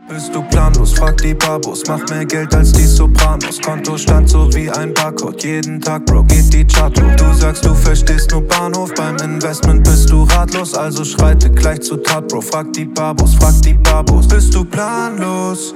Bist du planlos? Frag die Babos. Mach mehr Geld als die Sopranos. Kontostand so wie ein Barcode. Jeden Tag, Bro, geht die Chart hoch. Du sagst, du verstehst nur Bahnhof. Beim Investment bist du ratlos. Also schreite gleich zur Tat, Bro. Frag die Babos, frag die Babos. Bist du planlos?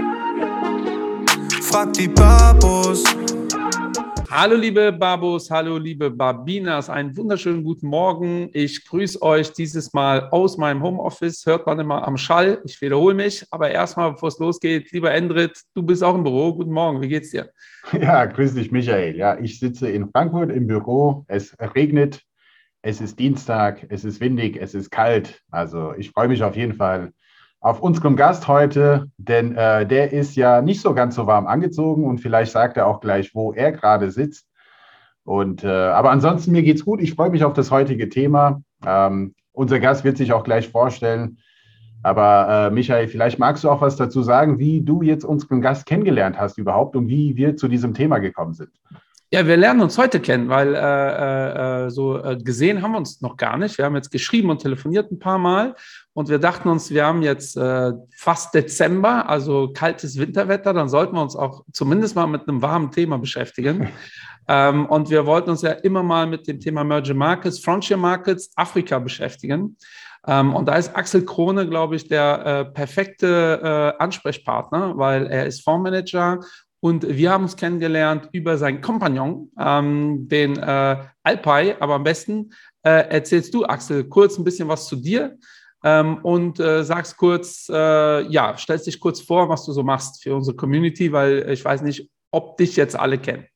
Frag die Babos. Hallo liebe Babos, hallo liebe Babinas, einen wunderschönen guten Morgen. Ich grüße euch dieses Mal aus meinem Homeoffice, hört man immer am Schall. Ich wiederhole mich, aber erstmal, bevor es losgeht, lieber Endrit, du bist auch im Büro. Guten Morgen, wie geht's dir? Ja, grüß dich, Michael. Ja, ich sitze in Frankfurt im Büro. Es regnet, es ist Dienstag, es ist windig, es ist kalt. Also ich freue mich auf jeden Fall auf unseren Gast heute, denn der ist ja nicht so ganz so warm angezogen und vielleicht sagt er auch gleich, wo er gerade sitzt. Aber ansonsten, mir geht's gut. Ich freue mich auf das heutige Thema. Unser Gast wird sich auch gleich vorstellen. Aber Michael, vielleicht magst du auch was dazu sagen, wie du jetzt unseren Gast kennengelernt hast überhaupt und wie wir zu diesem Thema gekommen sind. Ja, wir lernen uns heute kennen, weil gesehen haben wir uns noch gar nicht. Wir haben jetzt geschrieben und telefoniert ein paar Mal und wir dachten uns, wir haben jetzt fast Dezember, also kaltes Winterwetter, dann sollten wir uns auch zumindest mal mit einem warmen Thema beschäftigen. Und wir wollten uns ja immer mal mit dem Thema Emerging Markets, Frontier Markets, Afrika beschäftigen. Und da ist Axel Krone, glaube ich, der perfekte Ansprechpartner, weil er ist Fondsmanager. Und wir haben uns kennengelernt über seinen Kompagnon, den Alpay. Aber am besten erzählst du, Axel, kurz ein bisschen was zu dir und sagst kurz, stellst dich kurz vor, was du so machst für unsere Community, weil ich weiß nicht, ob dich jetzt alle kennen.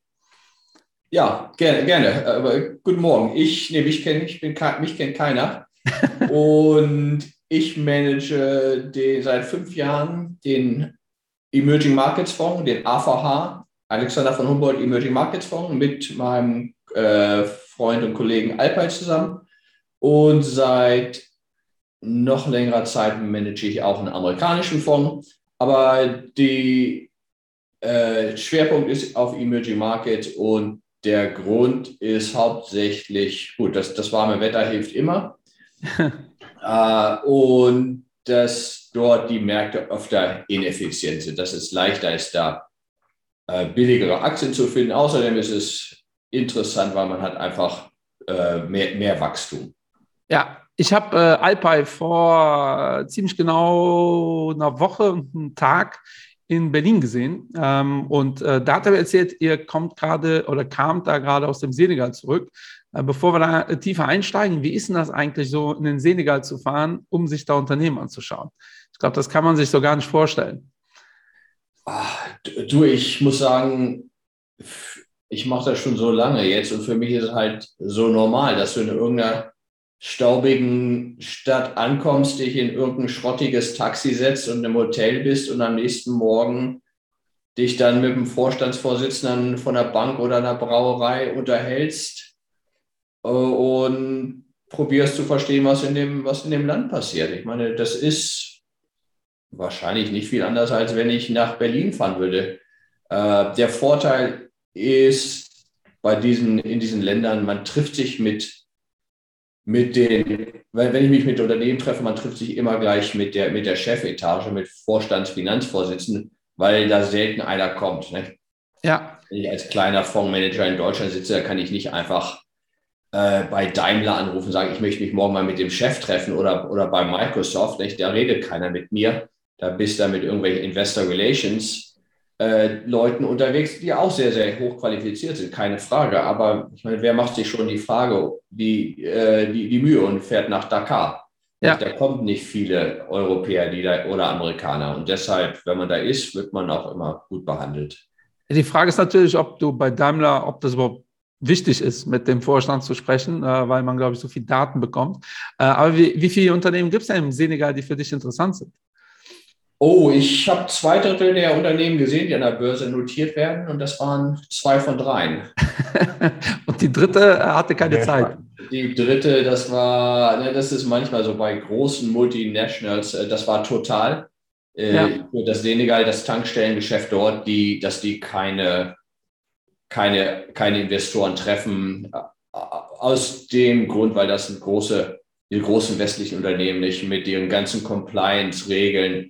Ja, gerne. Aber guten Morgen. Mich kennt keiner. Und ich manage seit 5 Jahren den Emerging Markets Fonds, den AVH, Alexander von Humboldt Emerging Markets Fonds, mit meinem Freund und Kollegen Alpay zusammen. Und seit noch längerer Zeit manage ich auch einen amerikanischen Fonds. Aber der Schwerpunkt ist auf Emerging Markets und der Grund ist hauptsächlich, gut, das warme Wetter hilft immer. Und dass dort die Märkte öfter ineffizient sind, dass es leichter ist, da billigere Aktien zu finden. Außerdem ist es interessant, weil man hat einfach mehr Wachstum. Ja, ich habe Alpay vor ziemlich genau einer Woche und einem Tag in Berlin gesehen. Da hat er erzählt, ihr kamt da gerade aus dem Senegal zurück. Bevor wir da tiefer einsteigen, wie ist denn das eigentlich so, in den Senegal zu fahren, um sich da Unternehmen anzuschauen? Ich glaube, das kann man sich so gar nicht vorstellen. Ich muss sagen, ich mache das schon so lange jetzt und für mich ist es halt so normal, dass du in irgendeiner staubigen Stadt ankommst, dich in irgendein schrottiges Taxi setzt und im Hotel bist und am nächsten Morgen dich dann mit dem Vorstandsvorsitzenden von einer Bank oder einer Brauerei unterhältst und probierst zu verstehen, was in dem Land passiert. Ich meine, das ist wahrscheinlich nicht viel anders, als wenn ich nach Berlin fahren würde. Der Vorteil ist in diesen Ländern, man trifft sich wenn ich mich mit Unternehmen treffe, man trifft sich immer gleich mit der Chefetage, mit Vorstandsfinanzvorsitzenden, weil da selten einer kommt. Ne? Ja. Wenn ich als kleiner Fondsmanager in Deutschland sitze, da kann ich nicht einfach bei Daimler anrufen und sagen, ich möchte mich morgen mal mit dem Chef treffen oder bei Microsoft. Nicht? Da redet keiner mit mir. Da bist du mit irgendwelchen Investor Relations Leuten unterwegs, die auch sehr, sehr hoch qualifiziert sind, keine Frage. Aber ich meine, wer macht sich schon die Frage, die Mühe und fährt nach Dakar? Ja. Da kommen nicht viele Europäer oder Amerikaner. Und deshalb, wenn man da ist, wird man auch immer gut behandelt. Die Frage ist natürlich, ob das überhaupt wichtig ist, mit dem Vorstand zu sprechen, weil man, glaube ich, so viel Daten bekommt. Aber wie viele Unternehmen gibt es denn im Senegal, die für dich interessant sind? Oh, ich habe 2/3 der Unternehmen gesehen, die an der Börse notiert werden, und das waren 2 von 3. Und die dritte hatte keine Zeit. Die dritte, das ist manchmal so bei großen Multinationals, das war Total. Das Senegal, das Tankstellengeschäft dort, dass die keine Investoren treffen, aus dem Grund, weil das die großen westlichen Unternehmen nicht mit ihren ganzen Compliance-Regeln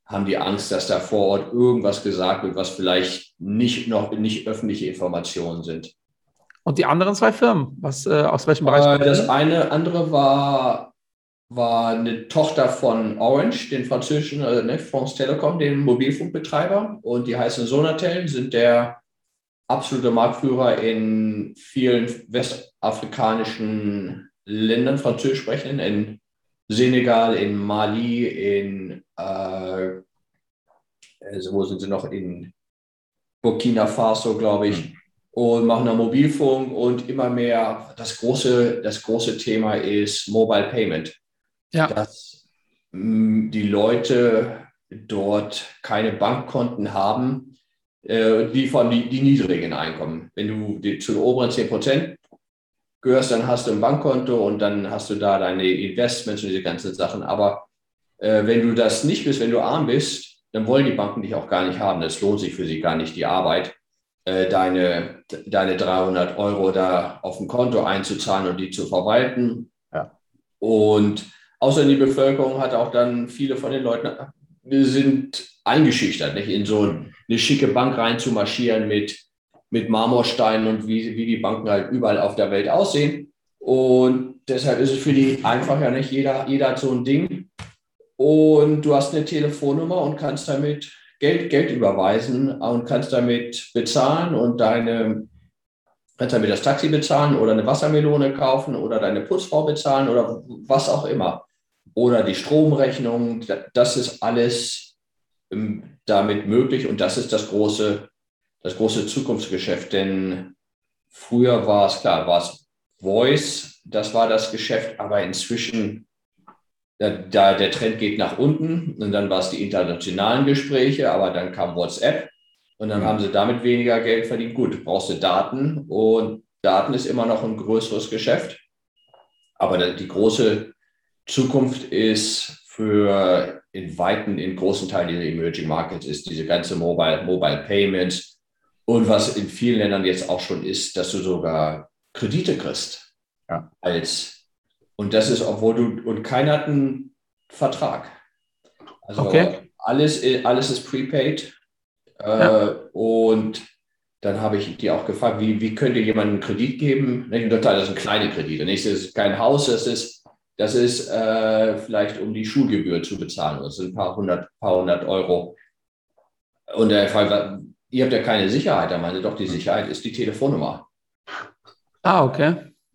haben die Angst, dass da vor Ort irgendwas gesagt wird, was vielleicht nicht öffentliche Informationen sind. Und die anderen zwei Firmen, aus welchem Bereich? Das andere war eine Tochter von Orange, den französischen, France Telecom, den Mobilfunkbetreiber. Und die heißen Sonatel, sind der absolute Marktführer in vielen westafrikanischen Ländern, französisch sprechenden, in Senegal, in Mali, wo sind sie noch? In Burkina Faso, glaube ich. Und machen da Mobilfunk und immer mehr. Das große Thema ist Mobile Payment. Ja. Dass die Leute dort keine Bankkonten haben, die niedrigen Einkommen. Wenn du zu den oberen 10% gehörst, dann hast du ein Bankkonto und dann hast du da deine Investments und diese ganzen Sachen. Aber wenn du das nicht bist, wenn du arm bist, dann wollen die Banken dich auch gar nicht haben. Das lohnt sich für sie gar nicht, die Arbeit, deine 300 Euro da auf ein Konto einzuzahlen und die zu verwalten. Ja. Und außerdem die Bevölkerung hat auch dann, viele von den Leuten sind eingeschüchtert, nicht in so eine schicke Bank reinzumarschieren mit Marmorsteinen und wie die Banken halt überall auf der Welt aussehen. Und deshalb ist es für die einfach ja nicht, jeder hat so ein Ding. Und du hast eine Telefonnummer und kannst damit Geld überweisen und kannst damit bezahlen und kannst damit das Taxi bezahlen oder eine Wassermelone kaufen oder deine Putzfrau bezahlen oder was auch immer. Oder die Stromrechnung, das ist alles damit möglich und das ist das große Zukunftsgeschäft. Denn früher war es Voice, das war das Geschäft, aber inzwischen, der Trend geht nach unten und dann war es die internationalen Gespräche, aber dann kam WhatsApp und dann haben sie damit weniger Geld verdient. Gut, brauchst du Daten und Daten ist immer noch ein größeres Geschäft, aber die große Zukunft ist in großen Teilen dieser Emerging Markets ist diese ganze Mobile Payments und was in vielen Ländern jetzt auch schon ist, dass du sogar Kredite kriegst. Ja. Und das ist, und keiner hat einen Vertrag. Also okay. Alles ist prepaid. Und dann habe ich die auch gefragt, wie könnt ihr jemandem einen Kredit geben? Das sind kleine Kredite, nicht? Das ist kein Haus, das ist vielleicht um die Schulgebühr zu bezahlen. Das sind ein paar hundert Euro. Und der Fall, ihr habt ja keine Sicherheit. Er meinte, doch, die Sicherheit ist die Telefonnummer. Okay.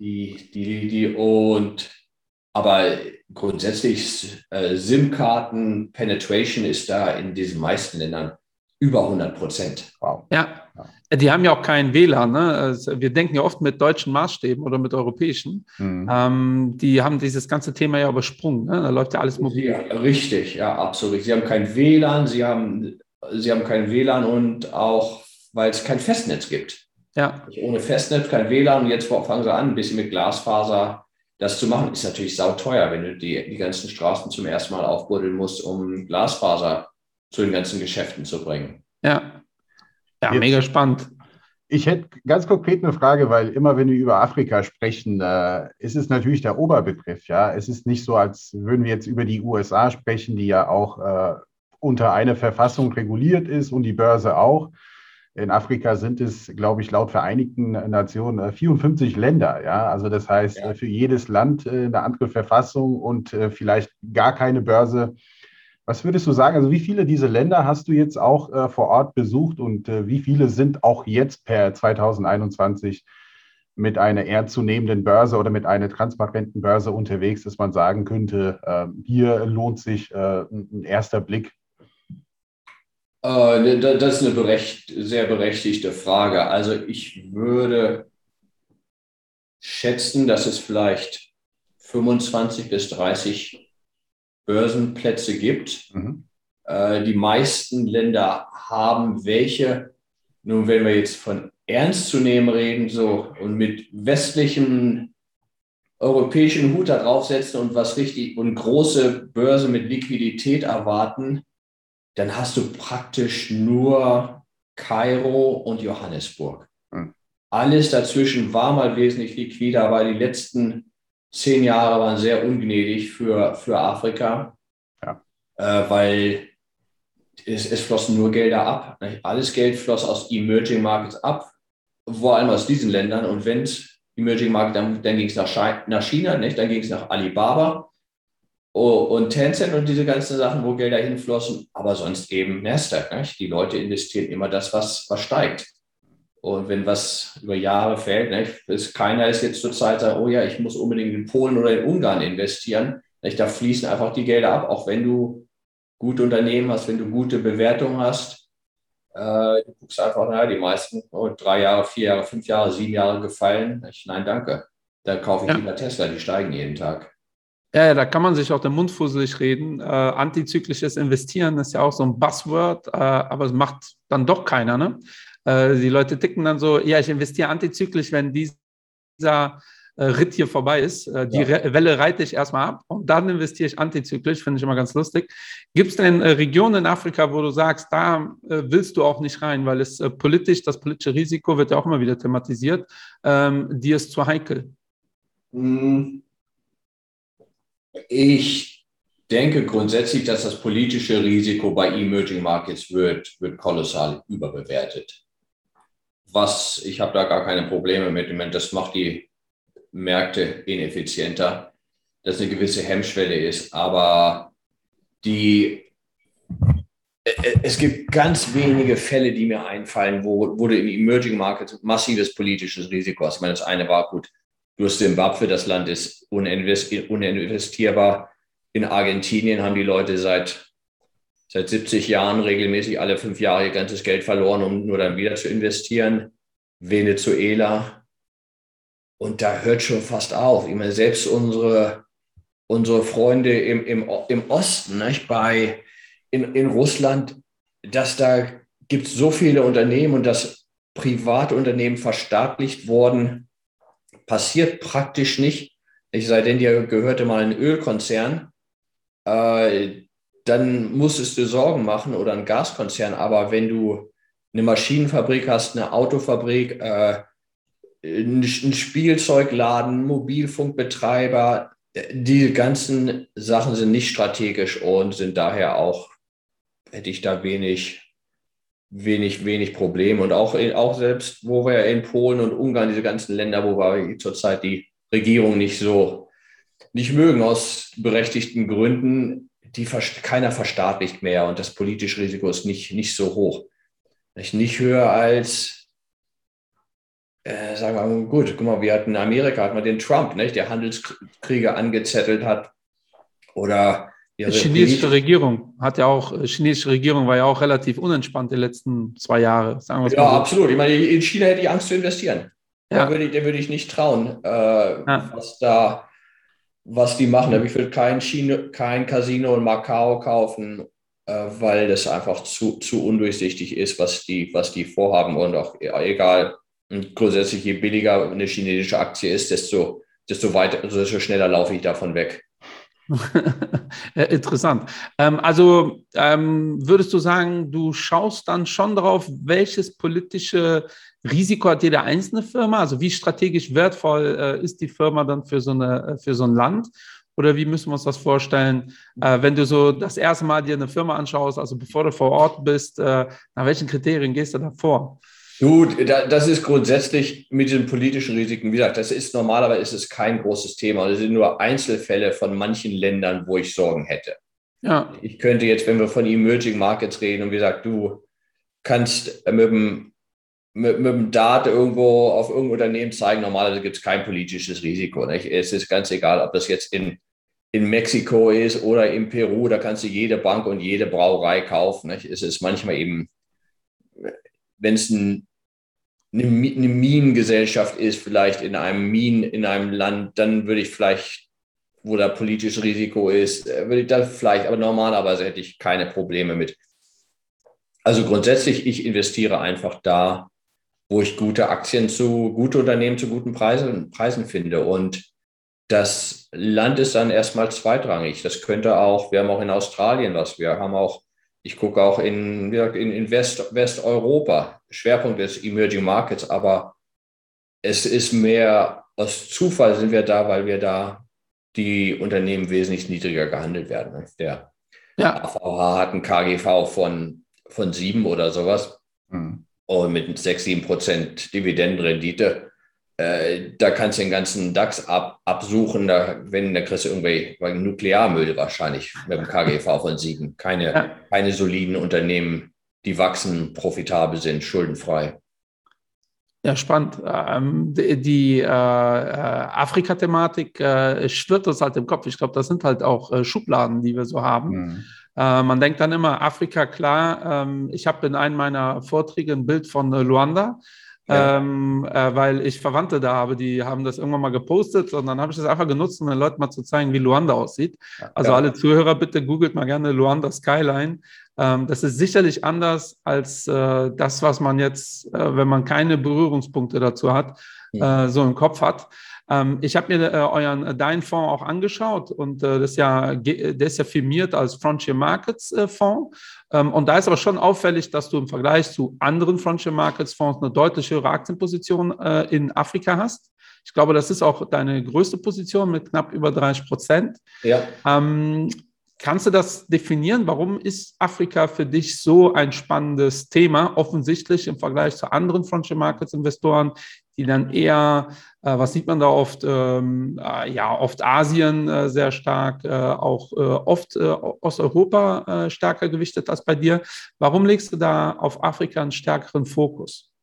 Aber grundsätzlich SIM-Karten, Penetration ist da in diesen meisten Ländern über 100%. Wow. Ja, die haben ja auch kein WLAN. Ne? Also wir denken ja oft mit deutschen Maßstäben oder mit europäischen. Die haben dieses ganze Thema ja übersprungen. Ne? Da läuft ja alles mobil. Ja, richtig, ja, absolut. Sie haben kein WLAN, sie haben kein WLAN und auch, weil es kein Festnetz gibt. Ja. Ohne Festnetz, kein WLAN. Und jetzt fangen sie an, ein bisschen mit Glasfaser das zu machen. Ist natürlich sauteuer, wenn du die ganzen Straßen zum ersten Mal aufbuddeln musst, um Glasfaser zu den ganzen Geschäften zu bringen. Ja, mega spannend. Ich hätte ganz konkret eine Frage, weil immer, wenn wir über Afrika sprechen, ist es natürlich der Oberbegriff. Ja? Es ist nicht so, als würden wir jetzt über die USA sprechen, die ja auch unter einer Verfassung reguliert ist und die Börse auch. In Afrika sind es, glaube ich, laut Vereinigten Nationen 54 Länder. Ja? Also das heißt, für jedes Land eine andere Verfassung und vielleicht gar keine Börse. Was würdest du sagen? Also wie viele dieser Länder hast du jetzt auch vor Ort besucht und wie viele sind auch jetzt per 2021 mit einer ernstzunehmenden Börse oder mit einer transparenten Börse unterwegs, dass man sagen könnte, hier lohnt sich ein erster Blick? Das ist eine sehr berechtigte Frage. Also ich würde schätzen, dass es vielleicht 25 bis 30 Börsenplätze gibt. Die meisten Länder haben welche. Nun, wenn wir jetzt von ernst zu nehmen reden, so und mit westlichem europäischen Hut da draufsetzen und und große Börse mit Liquidität erwarten, dann hast du praktisch nur Kairo und Johannesburg. Alles dazwischen war mal wesentlich liquider, aber die letzten 10 Jahre waren sehr ungnädig für Afrika, weil es flossen nur Gelder ab. Alles Geld floss aus Emerging Markets ab, vor allem aus diesen Ländern. Und wenn es Emerging Market, dann ging es nach China, nicht? Dann ging es nach Alibaba und Tencent und diese ganzen Sachen, wo Gelder hinflossen. Aber sonst eben Nasdaq. Nicht? Die Leute investieren immer das, was steigt. Und wenn was über Jahre fällt, nicht? Keiner ist jetzt zur Zeit sagen, oh ja, ich muss unbedingt in Polen oder in Ungarn investieren. Nicht? Da fließen einfach die Gelder ab, auch wenn du gute Unternehmen hast, wenn du gute Bewertungen hast. Du guckst einfach, naja, die meisten 3 Jahre, 4 Jahre, 5 Jahre, 7 Jahre gefallen. Nein, danke. Da kaufe ich lieber Tesla, die steigen jeden Tag. Ja, da kann man sich auch den Mund fusselig reden. Antizyklisches Investieren ist ja auch so ein Buzzword, aber es macht dann doch keiner, ne? Die Leute ticken dann so, ja, ich investiere antizyklisch, wenn dieser Ritt hier vorbei ist. Die Welle reite ich erstmal ab und dann investiere ich antizyklisch, finde ich immer ganz lustig. Gibt es denn Regionen in Afrika, wo du sagst, da willst du auch nicht rein, weil es das politische Risiko wird ja auch immer wieder thematisiert, dir ist zu heikel? Ich denke grundsätzlich, dass das politische Risiko bei Emerging Markets wird kolossal überbewertet. Ich habe da gar keine Probleme mit. Das macht die Märkte ineffizienter, dass eine gewisse Hemmschwelle ist. Aber es gibt ganz wenige Fälle, die mir einfallen, wo du in Emerging Markets massives politisches Risiko hast. Ich meine, das eine war gut, du hast Zimbabwe, das Land ist uninvestierbar. In Argentinien haben die Leute seit 70 Jahren regelmäßig alle 5 Jahre ihr ganzes Geld verloren, um nur dann wieder zu investieren. Venezuela. Und da hört schon fast auf. Ich meine, selbst unsere Freunde im Osten, nicht? In Russland, da gibt es so viele Unternehmen und dass Privatunternehmen verstaatlicht worden, passiert praktisch nicht. Es sei denn, dir gehörte mal ein Ölkonzern, dann musstest du Sorgen machen oder ein Gaskonzern. Aber wenn du eine Maschinenfabrik hast, eine Autofabrik, ein Spielzeugladen, Mobilfunkbetreiber, die ganzen Sachen sind nicht strategisch und sind daher auch, hätte ich da wenig Probleme. Und auch selbst, wo wir in Polen und Ungarn, diese ganzen Länder, wo wir zurzeit die Regierung nicht mögen, aus berechtigten Gründen, keiner verstaatlicht mehr und das politische Risiko ist nicht so hoch. Nicht höher als, sagen wir mal, gut, guck mal, wir hatten in Amerika, hat man den Trump, nicht, der Handelskriege angezettelt hat. Oder die chinesische Regierung war ja auch relativ unentspannt die letzten 2 Jahre. Sagen wir es mal so. Absolut. Ich meine, in China hätte ich Angst zu investieren. Ja. Da würde ich nicht trauen, was die machen. Aber ich würde kein Casino in Macau kaufen, weil das einfach zu undurchsichtig ist, was die vorhaben. Und auch egal, und grundsätzlich, je billiger eine chinesische Aktie ist, desto schneller laufe ich davon weg. Interessant. Würdest du sagen, du schaust dann schon darauf, welches politische Risiko hat jede einzelne Firma? Also wie strategisch wertvoll ist die Firma dann für so ein Land? Oder wie müssen wir uns das vorstellen, wenn du so das erste Mal dir eine Firma anschaust, also bevor du vor Ort bist, nach welchen Kriterien gehst du da vor? Gut, das ist grundsätzlich mit den politischen Risiken, wie gesagt, das ist normalerweise ist es kein großes Thema. Das sind nur Einzelfälle von manchen Ländern, wo ich Sorgen hätte. Ja. Ich könnte jetzt, wenn wir von Emerging Markets reden und wie gesagt, du kannst mit dem Dart irgendwo auf irgendein Unternehmen zeigen, normalerweise gibt es kein politisches Risiko. Nicht? Es ist ganz egal, ob das jetzt in Mexiko ist oder in Peru, da kannst du jede Bank und jede Brauerei kaufen. Nicht? Es ist manchmal eben, wenn es eine Minengesellschaft ist, vielleicht in einem Land, dann würde ich vielleicht, wo da politisches Risiko ist, würde ich da vielleicht, aber normalerweise hätte ich keine Probleme mit. Also grundsätzlich, ich investiere einfach da, wo ich gute Unternehmen zu guten Preisen finde. Und das Land ist dann erstmal zweitrangig. Das könnte auch, wir haben auch in Australien was, ich gucke auch in Westeuropa, Schwerpunkt ist Emerging Markets, aber es ist mehr aus Zufall sind wir da, weil wir da die Unternehmen wesentlich niedriger gehandelt werden. Ja. AVH hat ein KGV von 7 oder sowas. Und mit 6-7% Dividendenrendite. Da kannst du den ganzen DAX absuchen, da kriegst du irgendwie Nuklearmüll wahrscheinlich mit dem KGV von 7. Keine soliden Unternehmen, die wachsen, profitabel sind, schuldenfrei. Ja, spannend. Die Afrika-Thematik schwirrt uns halt im Kopf. Ich glaube, das sind halt auch Schubladen, die wir so haben. Man denkt dann immer, Afrika, klar. Ich habe in einem meiner Vorträge ein Bild von Luanda, weil ich Verwandte da habe, die haben das irgendwann mal gepostet und dann habe ich das einfach genutzt, um den Leuten mal zu zeigen, wie Luanda aussieht. Also alle Zuhörer, bitte googelt mal gerne Luanda Skyline. Das ist sicherlich anders als das, was man jetzt, wenn man keine Berührungspunkte dazu hat, so im Kopf hat. Ich habe mir deinen Fonds auch angeschaut und der ist ja firmiert als Frontier Markets Fonds. Und da ist aber schon auffällig, dass du im Vergleich zu anderen Frontier Markets Fonds eine deutlich höhere Aktienposition in Afrika hast. Ich glaube, das ist auch deine größte Position mit knapp über 30%. Ja. Kannst du das definieren? Warum ist Afrika für dich so ein spannendes Thema? Offensichtlich im Vergleich zu anderen Frontier Markets Investoren, die dann eher, was sieht man da oft? Oft Asien sehr stark, auch oft Osteuropa stärker gewichtet als bei dir. Warum legst du da auf Afrika einen stärkeren Fokus?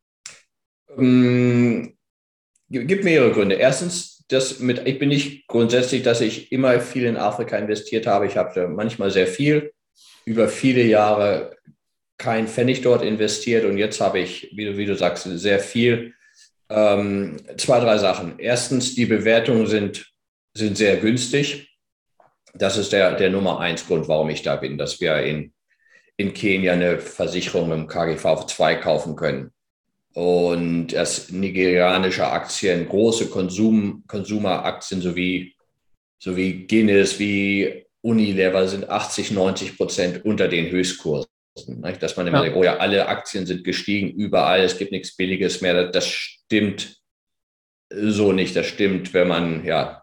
Gibt mehrere Gründe. Erstens, ich bin nicht grundsätzlich, dass ich immer viel in Afrika investiert habe. Ich habe manchmal sehr viel, über viele Jahre kein Pfennig dort investiert und jetzt habe ich, wie du sagst, sehr viel. 2, 3 Sachen. Erstens, die Bewertungen sind sehr günstig. Das ist der Nummer 1 Grund, warum ich da bin, dass wir in Kenia eine Versicherung mit dem KGV 2 kaufen können. Und dass nigerianische Aktien, große Konsumeraktien sowie Guinness, wie Unilever sind 80-90% unter den Höchstkursen. Nicht? Dass man immer denkt, alle Aktien sind gestiegen, überall, es gibt nichts Billiges mehr. Das stimmt so nicht. Das stimmt, wenn man eine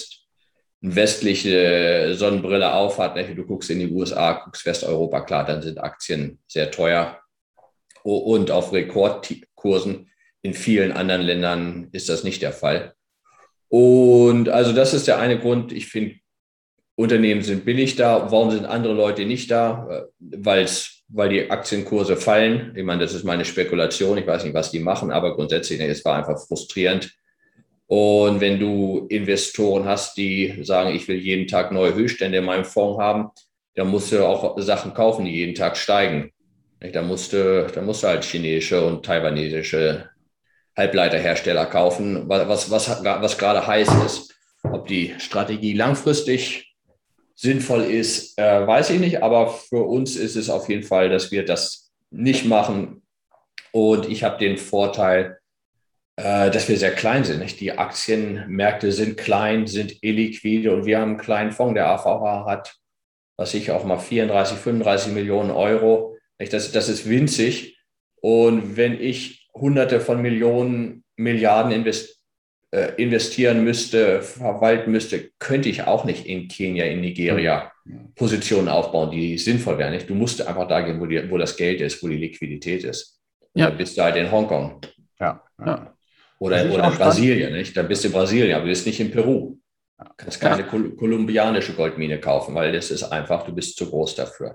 westliche Sonnenbrille aufhat. Nicht? Du guckst in die USA, guckst Westeuropa, klar, dann sind Aktien sehr teuer. Und auf Rekordkursen. In vielen anderen Ländern ist das nicht der Fall. Und also das ist der eine Grund. Ich finde, Unternehmen sind billig da. Warum sind andere Leute nicht da? Weil die Aktienkurse fallen. Ich meine, das ist meine Spekulation. Ich weiß nicht, was die machen, aber grundsätzlich, es war einfach frustrierend. Und wenn du Investoren hast, die sagen, ich will jeden Tag neue Höchststände in meinem Fonds haben, dann musst du auch Sachen kaufen, die jeden Tag steigen. Da musst du halt chinesische und taiwanesische Halbleiterhersteller kaufen, was gerade heiß ist. Ob die Strategie langfristig sinnvoll ist, weiß ich nicht. Aber für uns ist es auf jeden Fall, dass wir das nicht machen. Und ich habe den Vorteil, dass wir sehr klein sind. Nicht? Die Aktienmärkte sind klein, sind illiquide und wir haben einen kleinen Fonds. Der AVH hat, auch mal 34, 35 Millionen Euro. Das ist winzig. Und wenn ich Hunderte von Milliarden investieren müsste, verwalten müsste, könnte ich auch nicht in Kenia, in Nigeria Positionen aufbauen, die sinnvoll wären. Nicht? Du musst einfach da gehen, wo das Geld ist, wo die Liquidität ist. Ja. Dann bist du halt in Hongkong. Ja. Oder in Brasilien. Nicht? Dann bist du in Brasilien, aber du bist nicht in Peru. Du kannst keine kolumbianische Goldmine kaufen, weil das ist einfach, du bist zu groß dafür.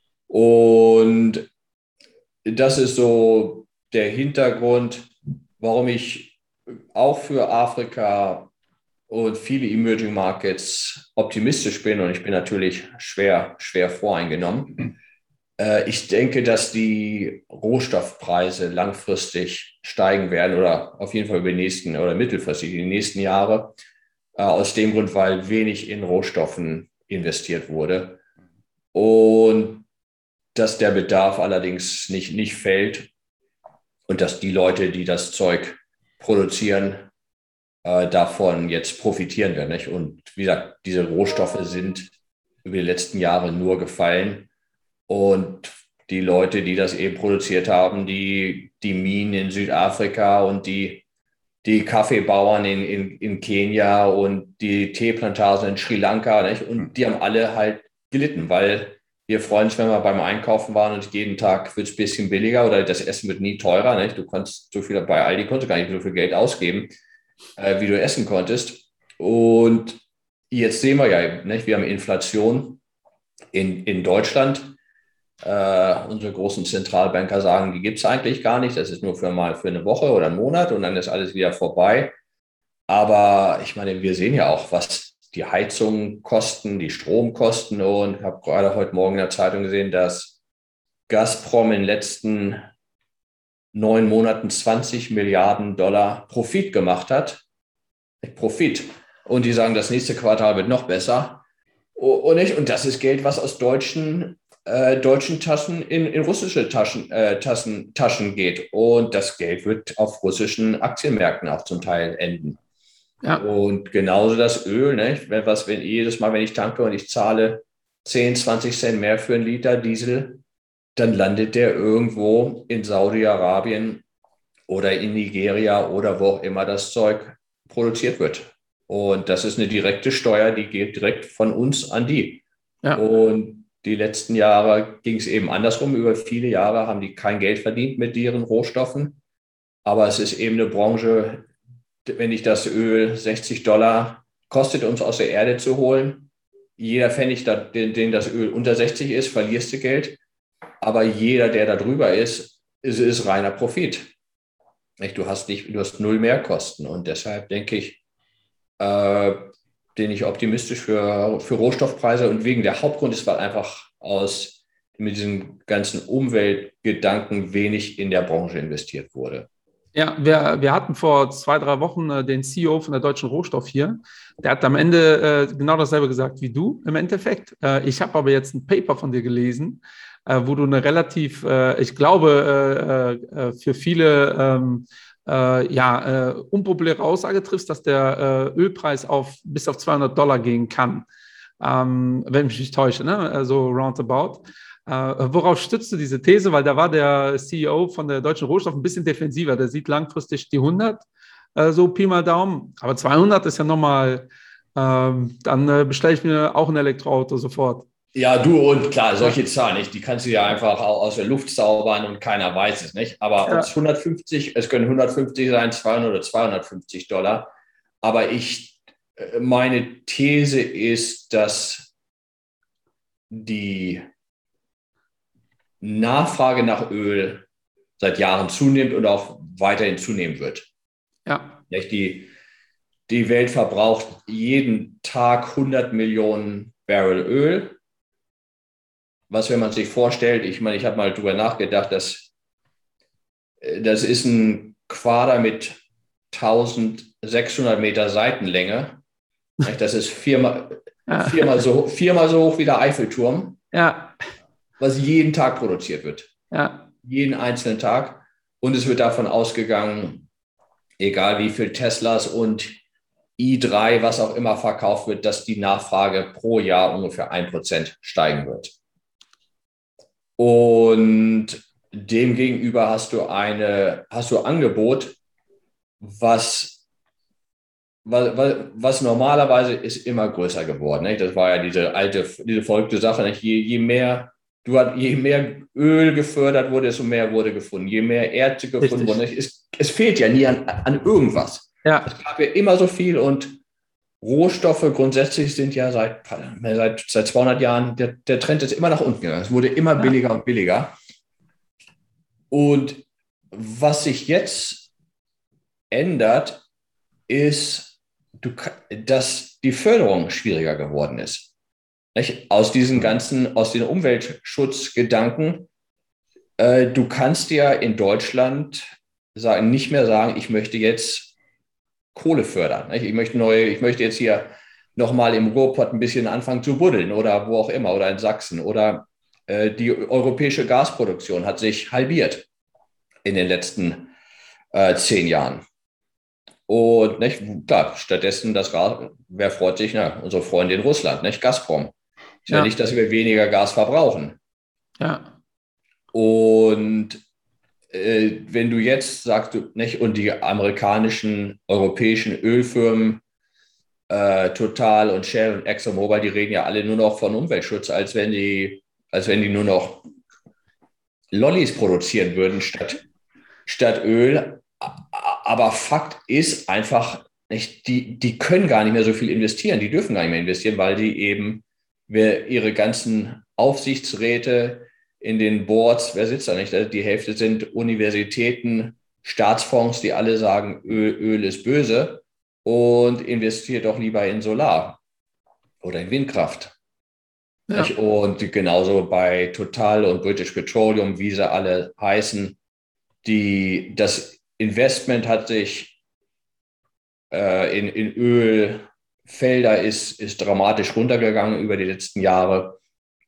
Und das ist so der Hintergrund, warum ich auch für Afrika und viele Emerging Markets optimistisch bin. Und ich bin natürlich schwer voreingenommen. Ich denke, dass die Rohstoffpreise langfristig steigen werden oder auf jeden Fall über die nächsten oder mittelfristig die nächsten Jahre. Aus dem Grund, weil wenig in Rohstoffen investiert wurde. Und dass der Bedarf allerdings nicht fällt und dass die Leute, die das Zeug produzieren, davon jetzt profitieren werden. Nicht? Und wie gesagt, diese Rohstoffe sind über die letzten Jahre nur gefallen und die Leute, die das eben produziert haben, die Minen in Südafrika und die Kaffeebauern in Kenia und die Teeplantagen in Sri Lanka, nicht? Und die haben alle halt gelitten, weil wir freuen uns, wenn wir beim Einkaufen waren und jeden Tag wird es ein bisschen billiger oder das Essen wird nie teurer. Nicht? Du konntest so viel bei Aldi, konntest gar nicht so viel Geld ausgeben, wie du essen konntest. Und jetzt sehen wir ja, nicht? Wir haben Inflation in Deutschland. Unsere großen Zentralbanker sagen, die gibt es eigentlich gar nicht. Das ist nur für eine Woche oder einen Monat und dann ist alles wieder vorbei. Aber ich meine, wir sehen ja auch, was die Heizungen kosten, die Stromkosten. Und ich habe gerade heute Morgen in der Zeitung gesehen, dass Gazprom in den letzten 9 Monaten 20 Milliarden Dollar Profit gemacht hat. Profit. Und die sagen, das nächste Quartal wird noch besser. Und das ist Geld, was aus deutschen Taschen in russische Taschen geht. Und das Geld wird auf russischen Aktienmärkten auch zum Teil enden. Ja. Und genauso das Öl, ne? Wenn jedes Mal, wenn ich tanke und ich zahle 10, 20 Cent mehr für einen Liter Diesel, dann landet der irgendwo in Saudi-Arabien oder in Nigeria oder wo auch immer das Zeug produziert wird. Und das ist eine direkte Steuer, die geht direkt von uns an die. Ja. Und die letzten Jahre ging es eben andersrum. Über viele Jahre haben die kein Geld verdient mit ihren Rohstoffen. Aber es ist eben eine Branche, wenn ich das Öl $60 kostet, um es aus der Erde zu holen. Jeder Pfennig, den das Öl unter 60 ist, verlierst du Geld. Aber jeder, der da drüber ist reiner Profit. Du hast null Mehrkosten. Und deshalb denke ich, bin ich optimistisch für Rohstoffpreise. Und wegen der Hauptgrund ist, weil einfach mit diesen ganzen Umweltgedanken wenig in der Branche investiert wurde. Ja, wir hatten vor 2, 3 Wochen den CEO von der Deutschen Rohstoff hier. Der hat am Ende genau dasselbe gesagt wie du im Endeffekt. Ich habe aber jetzt ein Paper von dir gelesen, wo du eine relativ, ich glaube, für viele unpopuläre Aussage triffst, dass der Ölpreis bis auf $200 gehen kann, wenn ich mich nicht täusche, ne? So roundabout. Worauf stützt du diese These? Weil da war der CEO von der Deutschen Rohstoff ein bisschen defensiver. Der sieht langfristig die 100, so Pi mal Daumen. Aber 200 ist ja nochmal, dann bestelle ich mir auch ein Elektroauto sofort. Ja, und klar, solche Zahlen nicht, die kannst du ja einfach aus der Luft zaubern und keiner weiß es, nicht? Aber es können 150 sein, 200 oder $250. Aber meine These ist, dass die Nachfrage nach Öl seit Jahren zunimmt und auch weiterhin zunehmen wird. Ja. Die Welt verbraucht jeden Tag 100 Millionen Barrel Öl. Was, wenn man sich vorstellt, ich habe mal drüber nachgedacht, das ist ein Quader mit 1600 Meter Seitenlänge. Das ist viermal so hoch wie der Eiffelturm. Ja. Was jeden Tag produziert wird. Ja. Jeden einzelnen Tag. Und es wird davon ausgegangen, egal wie viel Teslas und i3, was auch immer verkauft wird, dass die Nachfrage pro Jahr ungefähr 1% steigen wird. Und demgegenüber hast du Angebot, was normalerweise ist immer größer geworden. Nicht? Das war ja diese verrückte Sache. Nicht? Je mehr Öl gefördert wurde, desto mehr wurde gefunden. Je mehr Erze gefunden wurde. Es fehlt ja nie an irgendwas. Ja. Es gab ja immer so viel und Rohstoffe grundsätzlich sind ja seit 200 Jahren, der Trend ist immer nach unten gegangen. Es wurde immer billiger und billiger. Und was sich jetzt ändert, ist, dass die Förderung schwieriger geworden ist. Nicht? Aus den Umweltschutzgedanken, du kannst ja in Deutschland nicht mehr sagen, ich möchte jetzt Kohle fördern. Nicht? Ich möchte jetzt hier nochmal im Ruhrpott ein bisschen anfangen zu buddeln oder wo auch immer oder in Sachsen. Oder die europäische Gasproduktion hat sich halbiert in den letzten 10 Jahren. Und nicht, klar, stattdessen wer freut sich? Unsere Freunde in Russland, nicht? Gazprom. Ist ja nicht, dass wir weniger Gas verbrauchen. Ja. Und wenn du jetzt sagst, nicht, und die amerikanischen, europäischen Ölfirmen, Total und Shell und ExxonMobil, die reden ja alle nur noch von Umweltschutz, als wenn die als wenn die nur noch Lollis produzieren würden statt Öl. Aber Fakt ist einfach, nicht, die können gar nicht mehr so viel investieren, die dürfen gar nicht mehr investieren, weil die eben ihre ganzen Aufsichtsräte in den Boards, wer sitzt da nicht? Die Hälfte sind Universitäten, Staatsfonds, die alle sagen, Öl ist böse und investiert doch lieber in Solar oder in Windkraft. Ja. Und genauso bei Total und British Petroleum, wie sie alle heißen, das Investment hat sich in Ölfelder ist dramatisch runtergegangen über die letzten Jahre.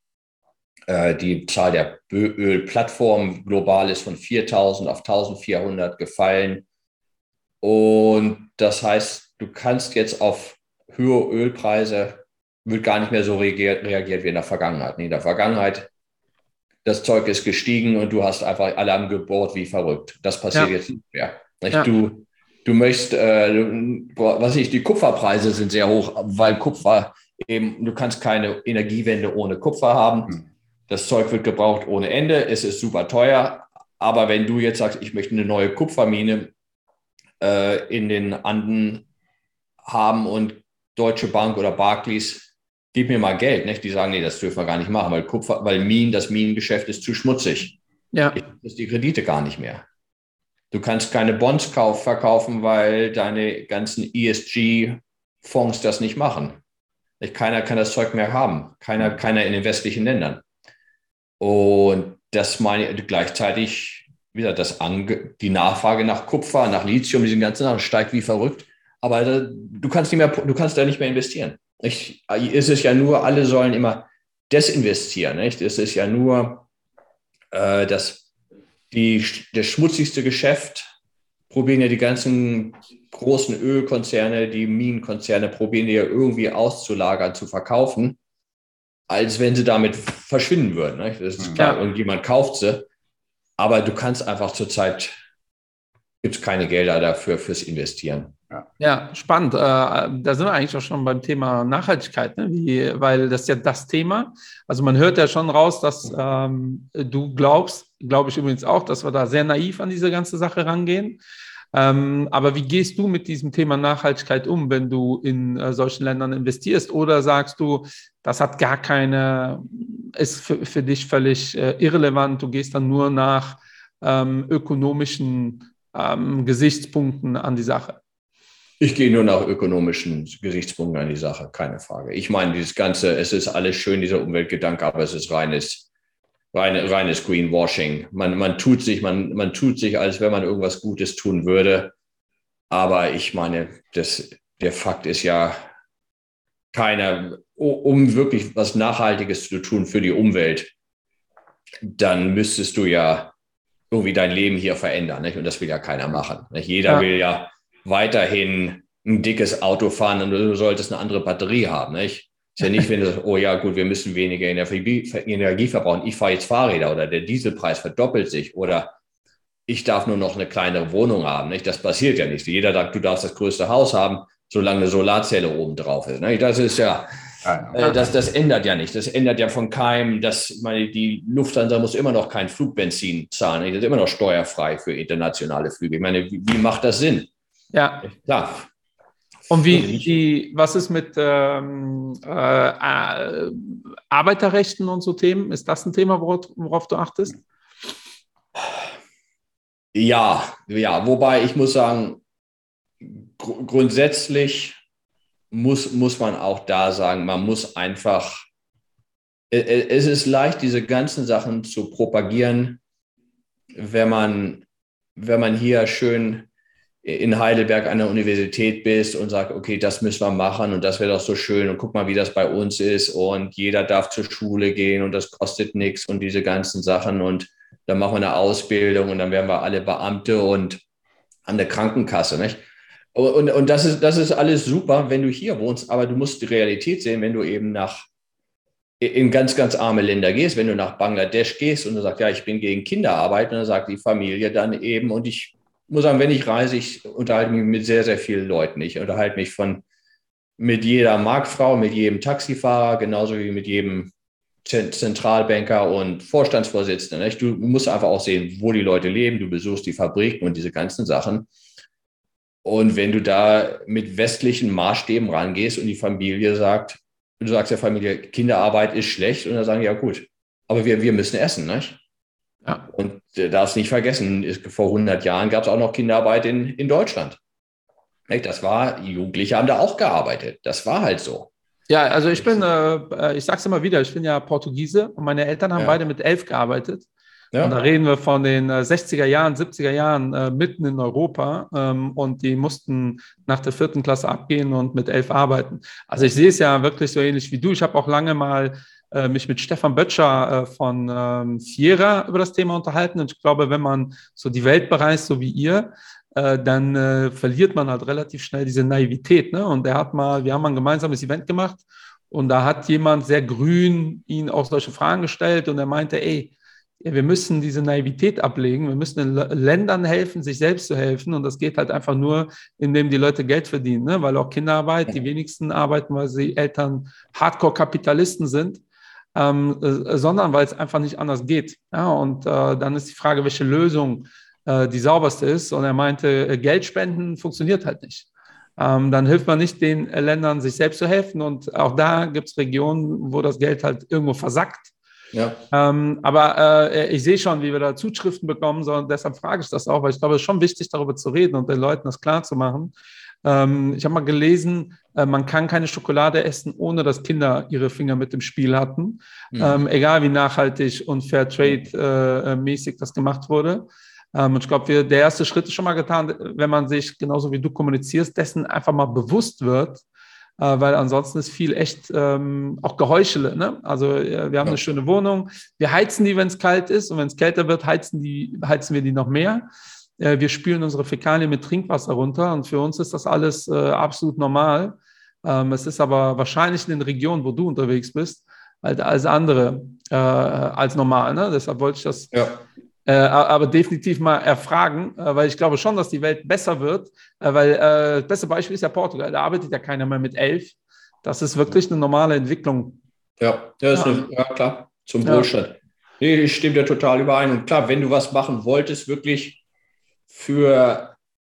Die Zahl der Ölplattformen global ist von 4.000 auf 1.400 gefallen. Und das heißt, du kannst jetzt auf höhere Ölpreise, wird gar nicht mehr so reagiert wie in der Vergangenheit. In der Vergangenheit, das Zeug ist gestiegen und du hast einfach Alarm gebohrt wie verrückt. Das passiert jetzt nicht mehr. Ja. Du möchtest, die Kupferpreise sind sehr hoch, weil Kupfer eben, du kannst keine Energiewende ohne Kupfer haben. Das Zeug wird gebraucht ohne Ende. Es ist super teuer. Aber wenn du jetzt sagst, ich möchte eine neue Kupfermine in den Anden haben und Deutsche Bank oder Barclays, gib mir mal Geld. Nicht? Die sagen, nee, das dürfen wir gar nicht machen, weil das Minengeschäft ist zu schmutzig. Ja. Ich kriege die Kredite gar nicht mehr. Du kannst keine Bonds verkaufen, weil deine ganzen ESG-Fonds das nicht machen. Keiner kann das Zeug mehr haben. Keiner in den westlichen Ländern. Und das meine ich gleichzeitig, wie gesagt, die Nachfrage nach Kupfer, nach Lithium, diesen ganzen Sachen steigt wie verrückt. Aber du kannst da nicht mehr investieren. Es ist ja nur, alle sollen immer desinvestieren. Nicht? Es ist ja nur das schmutzigste Geschäft, probieren ja die ganzen großen Ölkonzerne, die Minenkonzerne, probieren ja irgendwie auszulagern, zu verkaufen, als wenn sie damit verschwinden würden. Nicht? Das ist klar, irgendjemand kauft sie, aber du kannst einfach zurzeit, gibt es keine Gelder dafür fürs Investieren. Ja, spannend. Da sind wir eigentlich auch schon beim Thema Nachhaltigkeit, ne? Weil das ist ja das Thema. Also man hört ja schon raus, dass du glaubst, glaube ich übrigens auch, dass wir da sehr naiv an diese ganze Sache rangehen. Aber wie gehst du mit diesem Thema Nachhaltigkeit um, wenn du in solchen Ländern investierst? Oder sagst du, das hat ist für dich völlig irrelevant, du gehst dann nur nach ökonomischen Gesichtspunkten an die Sache? Ich gehe nur nach ökonomischen Gesichtspunkten an die Sache, keine Frage. Ich meine, dieses Ganze, es ist alles schön, dieser Umweltgedanke, aber es ist reines Greenwashing. Man tut sich, als wenn man irgendwas Gutes tun würde. Aber ich meine, der Fakt ist ja, um wirklich was Nachhaltiges zu tun für die Umwelt, dann müsstest du ja irgendwie dein Leben hier verändern. Nicht? Und das will ja keiner machen. Nicht? Jeder will ja weiterhin ein dickes Auto fahren und du solltest eine andere Batterie haben. Nicht? Ist ja nicht, wenn du sagst, oh ja, gut, wir müssen weniger Energie verbrauchen. Ich fahre jetzt Fahrräder oder der Dieselpreis verdoppelt sich oder ich darf nur noch eine kleinere Wohnung haben. Nicht? Das passiert ja nicht. Jeder sagt, du darfst das größte Haus haben, solange eine Solarzelle oben drauf ist. Nicht? Das ist ja, das ändert ja nicht. Das ändert ja von keinem, die Lufthansa muss immer noch kein Flugbenzin zahlen. Nicht? Das ist immer noch steuerfrei für internationale Flüge. Ich meine, wie macht das Sinn? Ja. Klar. Und was ist mit Arbeiterrechten und so Themen? Ist das ein Thema, worauf du achtest? Ja, wobei ich muss sagen, grundsätzlich muss man auch da sagen, man muss einfach, es ist leicht, diese ganzen Sachen zu propagieren, wenn man hier schön in Heidelberg an der Universität bist und sagst, okay, das müssen wir machen und das wäre doch so schön und guck mal, wie das bei uns ist und jeder darf zur Schule gehen und das kostet nichts und diese ganzen Sachen und dann machen wir eine Ausbildung und dann werden wir alle Beamte und an der Krankenkasse, nicht? Und das ist alles super, wenn du hier wohnst, aber du musst die Realität sehen, wenn du eben in ganz, ganz arme Länder gehst, wenn du nach Bangladesch gehst und du sagst, ja, ich bin gegen Kinderarbeit und dann sagt die Familie dann eben und ich muss sagen, wenn ich reise, ich unterhalte mich mit sehr, sehr vielen Leuten. Ich unterhalte mich mit jeder Marktfrau, mit jedem Taxifahrer, genauso wie mit jedem Zentralbanker und Vorstandsvorsitzende. Nicht? Du musst einfach auch sehen, wo die Leute leben. Du besuchst die Fabriken und diese ganzen Sachen. Und wenn du da mit westlichen Maßstäben rangehst und die Familie sagt, du sagst der Familie, Kinderarbeit ist schlecht, und dann sagen die, ja gut, aber wir müssen essen, nicht? Ja. Und darfst nicht vergessen, vor 100 Jahren gab es auch noch Kinderarbeit in Deutschland. Das war, die Jugendliche haben da auch gearbeitet. Das war halt so. Ja, also ich sage es immer wieder, ich bin ja Portugiese und meine Eltern haben beide mit 11 gearbeitet. Ja. Und da reden wir von den 60er Jahren, 70er Jahren mitten in Europa, und die mussten nach der 4. Klasse abgehen und mit 11 arbeiten. Also ich sehe es ja wirklich so ähnlich wie du. Ich habe auch lange mal mich mit Stefan Böttcher von Fiera über das Thema unterhalten, und ich glaube, wenn man so die Welt bereist, so wie ihr, dann verliert man halt relativ schnell diese Naivität. Ne? Und wir haben mal ein gemeinsames Event gemacht, und da hat jemand sehr grün ihn auch solche Fragen gestellt, und er meinte, wir müssen diese Naivität ablegen, wir müssen den Ländern helfen, sich selbst zu helfen, und das geht halt einfach nur, indem die Leute Geld verdienen, ne? Weil auch Kinderarbeit, die wenigsten arbeiten, weil sie Eltern Hardcore-Kapitalisten sind, sondern weil es einfach nicht anders geht. Ja? Und dann ist die Frage, welche Lösung die sauberste ist, und er meinte, Geld spenden funktioniert halt nicht. Dann hilft man nicht den Ländern, sich selbst zu helfen, und auch da gibt es Regionen, wo das Geld halt irgendwo versackt. Ja. Aber ich sehe schon, wie wir da Zuschriften bekommen, sondern deshalb frage ich das auch, weil ich glaube, es ist schon wichtig, darüber zu reden und den Leuten das klar zu machen. Ich habe mal gelesen, man kann keine Schokolade essen, ohne dass Kinder ihre Finger mit im Spiel hatten, egal wie nachhaltig und Fairtrade-mäßig das gemacht wurde. Und ich glaube, der erste Schritt ist schon mal getan, wenn man sich, genauso wie du kommunizierst, dessen einfach mal bewusst wird, weil ansonsten ist viel echt auch Geheuchele. Ne? Also wir haben eine schöne Wohnung, wir heizen die, wenn es kalt ist, und wenn es kälter wird, heizen wir die noch mehr. Wir spülen unsere Fäkalien mit Trinkwasser runter, und für uns ist das alles absolut normal. Es ist aber wahrscheinlich in den Regionen, wo du unterwegs bist, halt alles andere als normal. Ne? Deshalb wollte ich das aber definitiv mal erfragen, weil ich glaube schon, dass die Welt besser wird, weil das beste Beispiel ist ja Portugal, da arbeitet ja keiner mehr mit 11. Das ist wirklich eine normale Entwicklung. Ja, klar, zum Wohlstand. Nee, ich stimme dir total überein. Und klar, wenn du was machen wolltest, wirklich für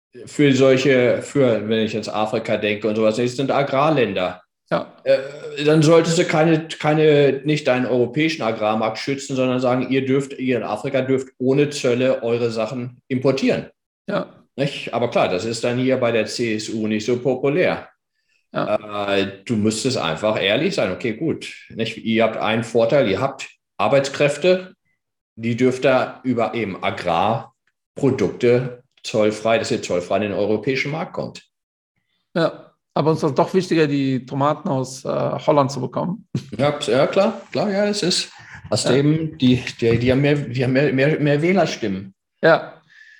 wenn ich jetzt Afrika denke und sowas, das sind Agrarländer. Ja. Dann solltest du nicht deinen europäischen Agrarmarkt schützen, sondern sagen, ihr in Afrika dürft ohne Zölle eure Sachen importieren. Ja. Nicht? Aber klar, das ist dann hier bei der CSU nicht so populär. Ja. Du müsstest einfach ehrlich sein. Okay, gut. Nicht? Ihr habt einen Vorteil, ihr habt Arbeitskräfte, die dürft ihr über eben Agrarprodukte zollfrei, dass ihr zollfrei in den europäischen Markt kommt. Ja. Aber uns ist es doch wichtiger, die Tomaten aus Holland zu bekommen. Ja, klar, ja, es ist aus dem, die haben mehr Wählerstimmen. Ja.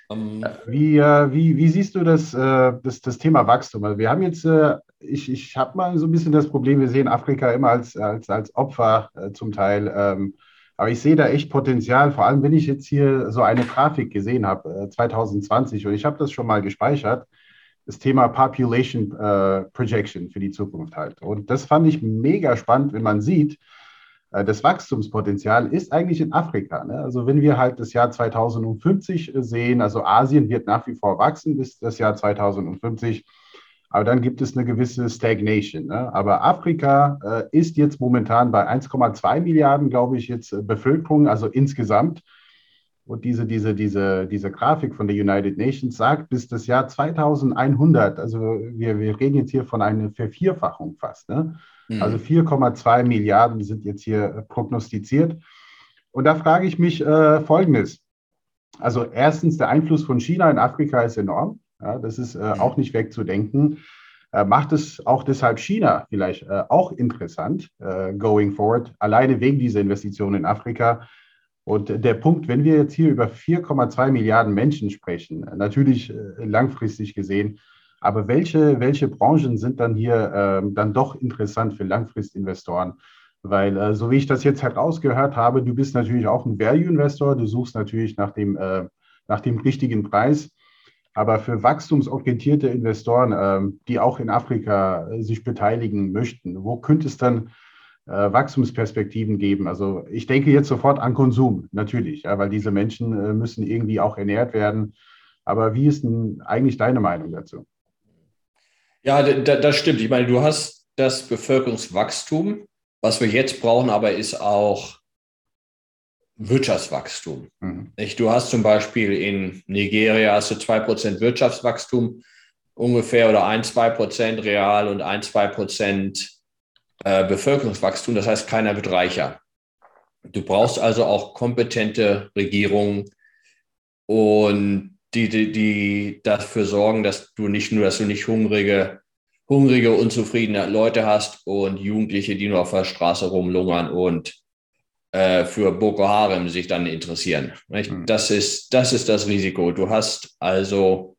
Wie siehst du das Thema Wachstum? Also wir haben jetzt, ich habe mal so ein bisschen das Problem, wir sehen Afrika immer als Opfer zum Teil. Aber ich sehe da echt Potenzial, vor allem wenn ich jetzt hier so eine Grafik gesehen habe, 2020, und ich habe das schon mal gespeichert. Das Thema Population Projection für die Zukunft halt. Und das fand ich mega spannend, wenn man sieht, das Wachstumspotenzial ist eigentlich in Afrika. Ne? Also wenn wir halt das Jahr 2050 sehen, also Asien wird nach wie vor wachsen bis das Jahr 2050, aber dann gibt es eine gewisse Stagnation. Ne? Aber Afrika ist jetzt momentan bei 1,2 Milliarden, glaube ich, jetzt Bevölkerung, also insgesamt. Und diese Grafik von der United Nations sagt, bis das Jahr 2100, also wir reden jetzt hier von einer Vervierfachung fast, ne? Also 4,2 Milliarden sind jetzt hier prognostiziert. Und da frage ich mich Folgendes. Also erstens, der Einfluss von China in Afrika ist enorm. Ja, das ist auch nicht wegzudenken. Macht es auch deshalb China vielleicht auch interessant, going forward, alleine wegen dieser Investitionen in Afrika. Und der Punkt, wenn wir jetzt hier über 4,2 Milliarden Menschen sprechen, natürlich langfristig gesehen, aber welche Branchen sind dann hier dann doch interessant für Langfristinvestoren? Weil so wie ich das jetzt herausgehört habe, du bist natürlich auch ein Value-Investor, du suchst natürlich nach dem richtigen Preis, aber für wachstumsorientierte Investoren, die auch in Afrika sich beteiligen möchten, wo könnte es dann Wachstumsperspektiven geben. Also ich denke jetzt sofort an Konsum, natürlich, ja, weil diese Menschen müssen irgendwie auch ernährt werden. Aber wie ist denn eigentlich deine Meinung dazu? Ja, das stimmt. Ich meine, du hast das Bevölkerungswachstum. Was wir jetzt brauchen, aber ist auch Wirtschaftswachstum. Nicht? Du hast zum Beispiel in Nigeria hast du 2% Wirtschaftswachstum ungefähr oder 1-2% real und 1-2% Bevölkerungswachstum. Das heißt, keiner wird reicher. Du brauchst also auch kompetente Regierungen und die dafür sorgen, dass du nicht hungrige, unzufriedene Leute hast und Jugendliche, die nur auf der Straße rumlungern und für Boko Haram sich dann interessieren. Nicht? Das ist das Risiko. Du hast also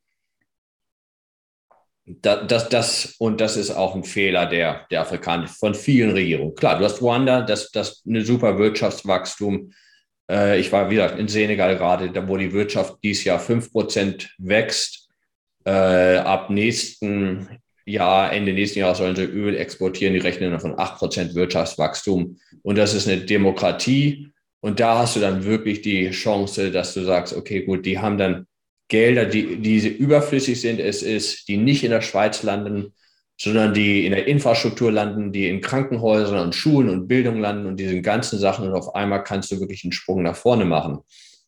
das ist auch ein Fehler der Afrikaner von vielen Regierungen. Klar, du hast Ruanda, das eine super Wirtschaftswachstum. Ich war wieder in Senegal gerade, da wo die Wirtschaft dieses Jahr 5% wächst. Ab nächsten Jahr, Ende nächsten Jahres sollen sie Öl exportieren. Die rechnen dann von 8% Wirtschaftswachstum. Und das ist eine Demokratie. Und da hast du dann wirklich die Chance, dass du sagst, okay, gut, die haben dann Gelder, die überflüssig sind. Es ist, die nicht in der Schweiz landen, sondern die in der Infrastruktur landen, die in Krankenhäusern und Schulen und Bildung landen und diese ganzen Sachen. Und auf einmal kannst du wirklich einen Sprung nach vorne machen.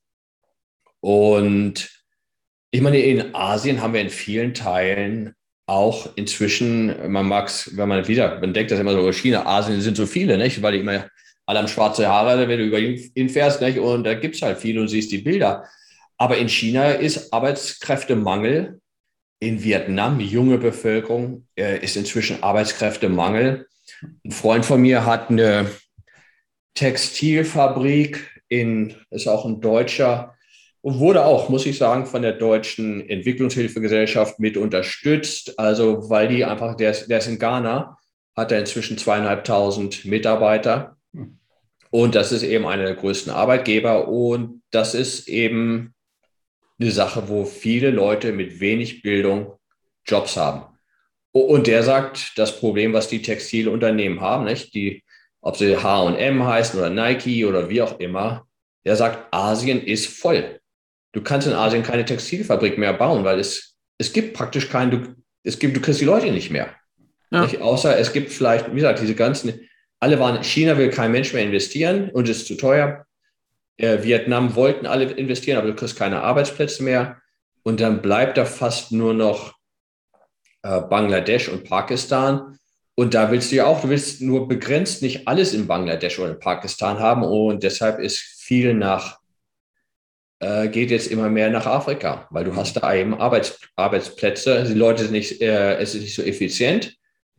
Und ich meine, in Asien haben wir in vielen Teilen auch inzwischen, man denkt das immer so, China, Asien sind so viele, nicht? Weil die immer alle haben schwarze Haare, wenn du über ihn fährst, nicht? Und da gibt es halt viele und siehst die Bilder. Aber in China ist Arbeitskräftemangel. In Vietnam, die junge Bevölkerung, ist inzwischen Arbeitskräftemangel. Ein Freund von mir hat eine Textilfabrik, ist auch ein Deutscher, und wurde auch, muss ich sagen, von der Deutschen Entwicklungshilfegesellschaft mit unterstützt. Also, weil die einfach, der ist in Ghana, hat er inzwischen 2.500 Mitarbeiter. Und das ist eben einer der größten Arbeitgeber. Und das ist eben eine Sache, wo viele Leute mit wenig Bildung Jobs haben. Und der sagt, das Problem, was die Textilunternehmen haben, nicht? Ob sie H&M heißen oder Nike oder wie auch immer, der sagt, Asien ist voll. Du kannst in Asien keine Textilfabrik mehr bauen, weil es gibt praktisch du kriegst die Leute nicht mehr. Ja. Nicht? Außer es gibt vielleicht, wie gesagt, China will kein Mensch mehr investieren und es ist zu teuer. Vietnam wollten alle investieren, aber du kriegst keine Arbeitsplätze mehr. Und dann bleibt da fast nur noch Bangladesch und Pakistan. Und da du willst nur begrenzt nicht alles in Bangladesch oder in Pakistan haben. Und deshalb ist geht jetzt immer mehr nach Afrika, weil du hast da eben Arbeitsplätze. Die Leute sind es ist nicht so effizient.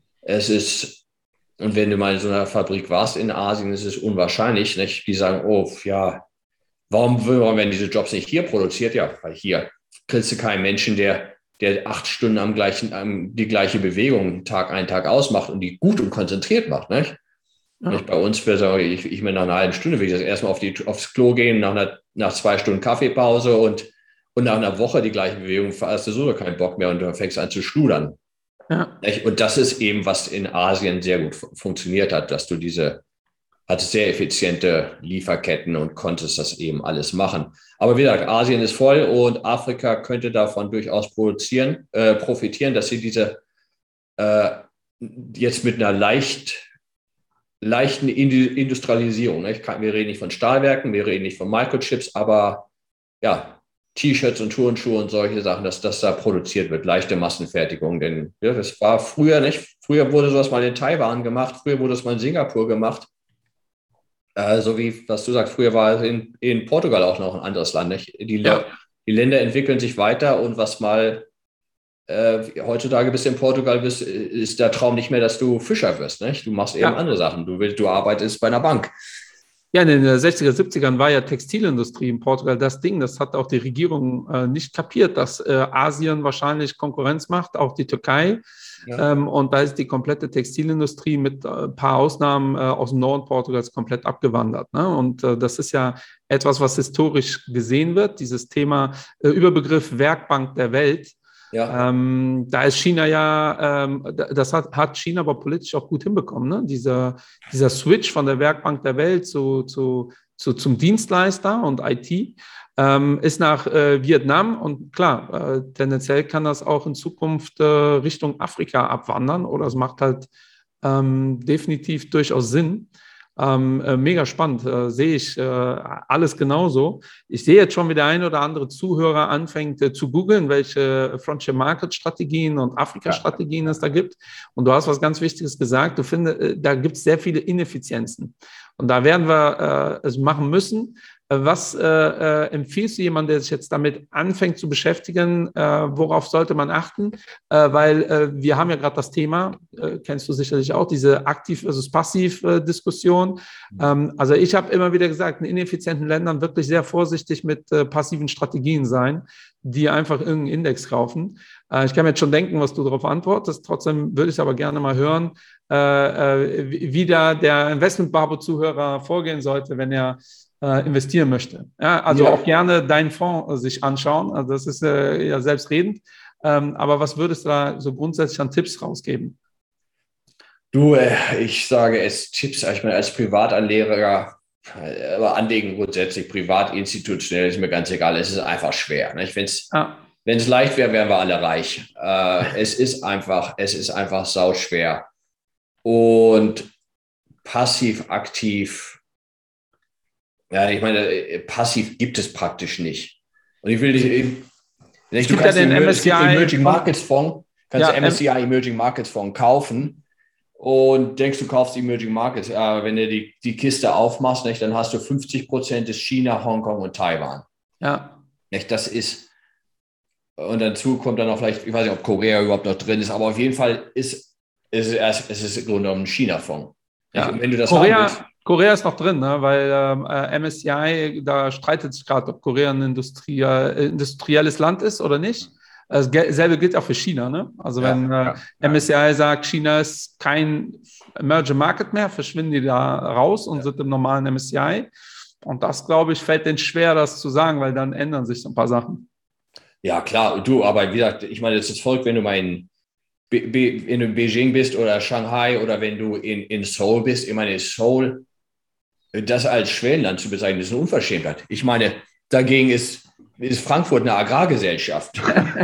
Und wenn du mal in so einer Fabrik warst in Asien, ist es unwahrscheinlich, nicht? Die sagen, oh ja, warum werden diese Jobs nicht hier produziert? Ja, weil hier kriegst du keinen Menschen, der 8 Stunden die gleiche Bewegung Tag ein, Tag aus macht und die gut und konzentriert macht, nicht? Ja. Nicht bei uns, ich mir nach einer halben Stunde will ich das erstmal aufs Klo gehen, nach 2 Stunden Kaffeepause und nach einer Woche die gleiche Bewegung, hast du so keinen Bock mehr und du fängst an zu schludern. Ja. Und das ist eben, was in Asien sehr gut funktioniert hat, dass du hattest sehr effiziente Lieferketten und konntest das eben alles machen. Aber wie gesagt, Asien ist voll und Afrika könnte davon durchaus profitieren, dass sie diese jetzt mit einer leichten Industrialisierung, ne? Wir reden nicht von Stahlwerken, wir reden nicht von Microchips, aber ja, T-Shirts und Turnschuhe und solche Sachen, dass das da produziert wird, leichte Massenfertigung. Denn ja, das war früher nicht. Früher wurde sowas mal in Taiwan gemacht, früher wurde es mal in Singapur gemacht. So wie, was du sagst, früher war es in Portugal auch noch ein anderes Land. Nicht? Die Länder entwickeln sich weiter und was mal heutzutage bist du in Portugal, ist der Traum nicht mehr, dass du Fischer wirst. Nicht? Du machst eben andere Sachen. Du arbeitest bei einer Bank. Ja, in den 60er, 70ern war ja Textilindustrie in Portugal das Ding. Das hat auch die Regierung nicht kapiert, dass Asien wahrscheinlich Konkurrenz macht, auch die Türkei. Ja. Und da ist die komplette Textilindustrie mit ein paar Ausnahmen aus dem Norden Portugals komplett abgewandert. Ne? Und das ist ja etwas, was historisch gesehen wird, dieses Thema Überbegriff Werkbank der Welt. Ja. Da ist China ja, das hat China aber politisch auch gut hinbekommen, ne? Dieser Switch von der Werkbank der Welt zum Dienstleister und IT ist nach Vietnam und klar, tendenziell kann das auch in Zukunft Richtung Afrika abwandern oder es macht halt definitiv durchaus Sinn. Mega spannend, sehe ich alles genauso. Ich sehe jetzt schon, wie der ein oder andere Zuhörer anfängt zu googeln, welche Frontier Market Strategien und Afrika-Strategien es da gibt. Und du hast was ganz Wichtiges gesagt. Du findest, da gibt es sehr viele Ineffizienzen. Und da werden wir es machen müssen. Was empfiehlst du jemandem, der sich jetzt damit anfängt zu beschäftigen? Worauf sollte man achten? Weil wir haben ja gerade das Thema, kennst du sicherlich auch, diese Aktiv- versus Passiv-Diskussion. Also ich habe immer wieder gesagt, in ineffizienten Ländern wirklich sehr vorsichtig mit passiven Strategien sein, die einfach irgendeinen Index kaufen. Ich kann mir jetzt schon denken, was du darauf antwortest. Trotzdem würde ich aber gerne mal hören, wie da der Investment-Barbo-Zuhörer vorgehen sollte, wenn er investieren möchte. Ja, also auch gerne deinen Fonds sich anschauen. Also das ist ja selbstredend. Aber was würdest du da so grundsätzlich an Tipps rausgeben? Du, ich sage es Tipps, ich meine, als Privatanleger, aber Anlegen grundsätzlich, privat, institutionell, ist mir ganz egal. Es ist einfach schwer. Nicht? Wenn es leicht wäre, wären wir alle reich. Es ist einfach sauschwer. Und passiv, aktiv, ja, ich meine, passiv gibt es praktisch nicht. Und ich will nicht, du kannst den MSCI Emerging Markets Fonds, MSCI Emerging Markets Fonds kaufen und denkst, du kaufst Emerging Markets. Wenn du die Kiste aufmachst, nicht, dann hast du 50% ist China, Hongkong und Taiwan. Ja. Nicht, das ist, und dazu kommt dann noch vielleicht, ich weiß nicht, ob Korea überhaupt noch drin ist, aber auf jeden Fall ist es im Grunde genommen ein China-Fonds. Ja. Wenn du das Korea ist noch drin, ne? Weil MSCI, da streitet sich gerade, ob Korea ein industrielles Land ist oder nicht. Dasselbe gilt auch für China. Ne? Also wenn MSCI sagt, China ist kein Emerging Market mehr, verschwinden die da raus und sind im normalen MSCI. Und das, glaube ich, fällt denen schwer, das zu sagen, weil dann ändern sich so ein paar Sachen. Ja, klar. Du, aber wie gesagt, ich meine, das ist Volk, wenn du mal in Beijing bist oder Shanghai oder wenn du in Seoul bist. Ich meine, Seoul, das als Schwellenland zu bezeichnen, ist eine Unverschämtheit. Ich meine, dagegen ist Frankfurt eine Agrargesellschaft.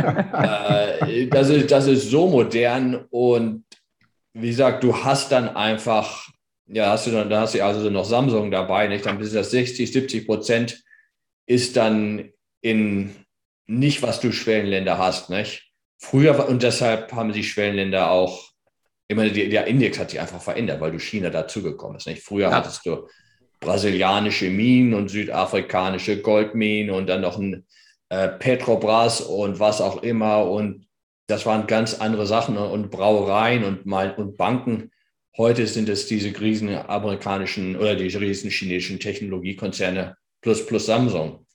Das ist so modern und wie gesagt, du hast dann einfach, da hast du also noch Samsung dabei, nicht? Dann bist das 60-70% ist dann nicht, was du Schwellenländer hast, nicht? Früher, und deshalb haben die Schwellenländer auch, ich meine, der Index hat sich einfach verändert, weil du China dazugekommen bist, nicht? Früher hattest du brasilianische Minen und südafrikanische Goldminen und dann noch ein Petrobras und was auch immer. Und das waren ganz andere Sachen und Brauereien und Banken. Heute sind es diese riesen amerikanischen oder die riesen chinesischen Technologiekonzerne plus Samsung.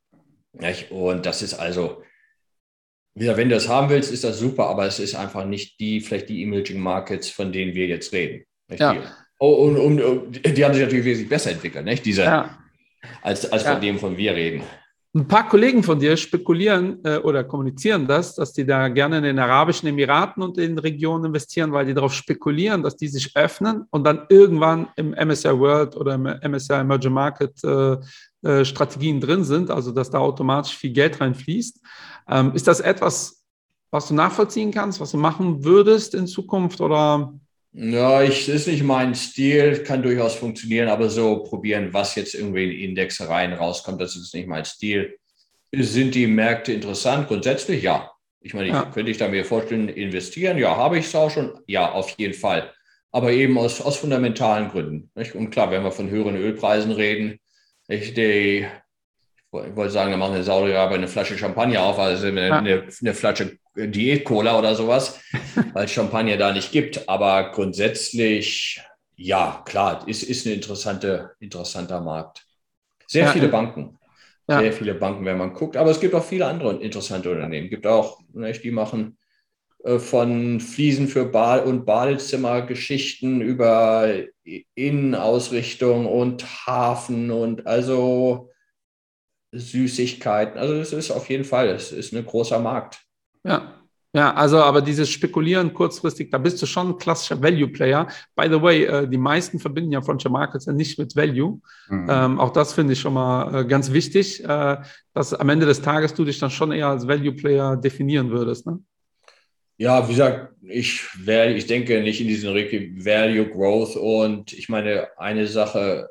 Und das ist also, wenn du das haben willst, ist das super, aber es ist einfach nicht vielleicht die Emerging Markets, von denen wir jetzt reden. Ja. Und die haben sich natürlich wesentlich besser entwickelt, nicht? Als von dem, von wir reden. Ein paar Kollegen von dir spekulieren oder kommunizieren dass die da gerne in den Arabischen Emiraten und in Regionen investieren, weil die darauf spekulieren, dass die sich öffnen und dann irgendwann im MSCI World oder im MSCI Emerging Market Strategien drin sind, also dass da automatisch viel Geld reinfließt. Ist das etwas, was du nachvollziehen kannst, was du machen würdest in Zukunft oder? Ja, ist nicht mein Stil, kann durchaus funktionieren, aber so probieren, was jetzt irgendwie in Index rauskommt, das ist nicht mein Stil. Sind die Märkte interessant? Grundsätzlich ja. Ich meine, könnte ich da mir vorstellen, investieren? Ja, habe ich es auch schon? Ja, auf jeden Fall. Aber eben aus fundamentalen Gründen. Nicht? Und klar, wenn wir von höheren Ölpreisen reden, ich wollte sagen, da machen wir in Saudi-Arabien eine Flasche Champagner auf, also eine Flasche Diät-Cola oder sowas, weil es Champagner da nicht gibt. Aber grundsätzlich, ja, klar, ist ein interessanter Markt. Sehr viele Banken. Ja. Sehr viele Banken, wenn man guckt. Aber es gibt auch viele andere interessante Unternehmen. Es gibt auch, die machen von Fliesen für Bad- und Badezimmergeschichten über Innenausrichtung und Hafen und also Süßigkeiten. Also es ist auf jeden Fall, es ist ein großer Markt. Ja, Ja, also aber dieses Spekulieren kurzfristig, da bist du schon ein klassischer Value-Player. By the way, die meisten verbinden ja Frontier Markets ja nicht mit Value. Auch das finde ich schon mal ganz wichtig, dass am Ende des Tages du dich dann schon eher als Value-Player definieren würdest. Ne? Ja, wie gesagt, ich denke nicht in diesen Value Growth, und ich meine, eine Sache,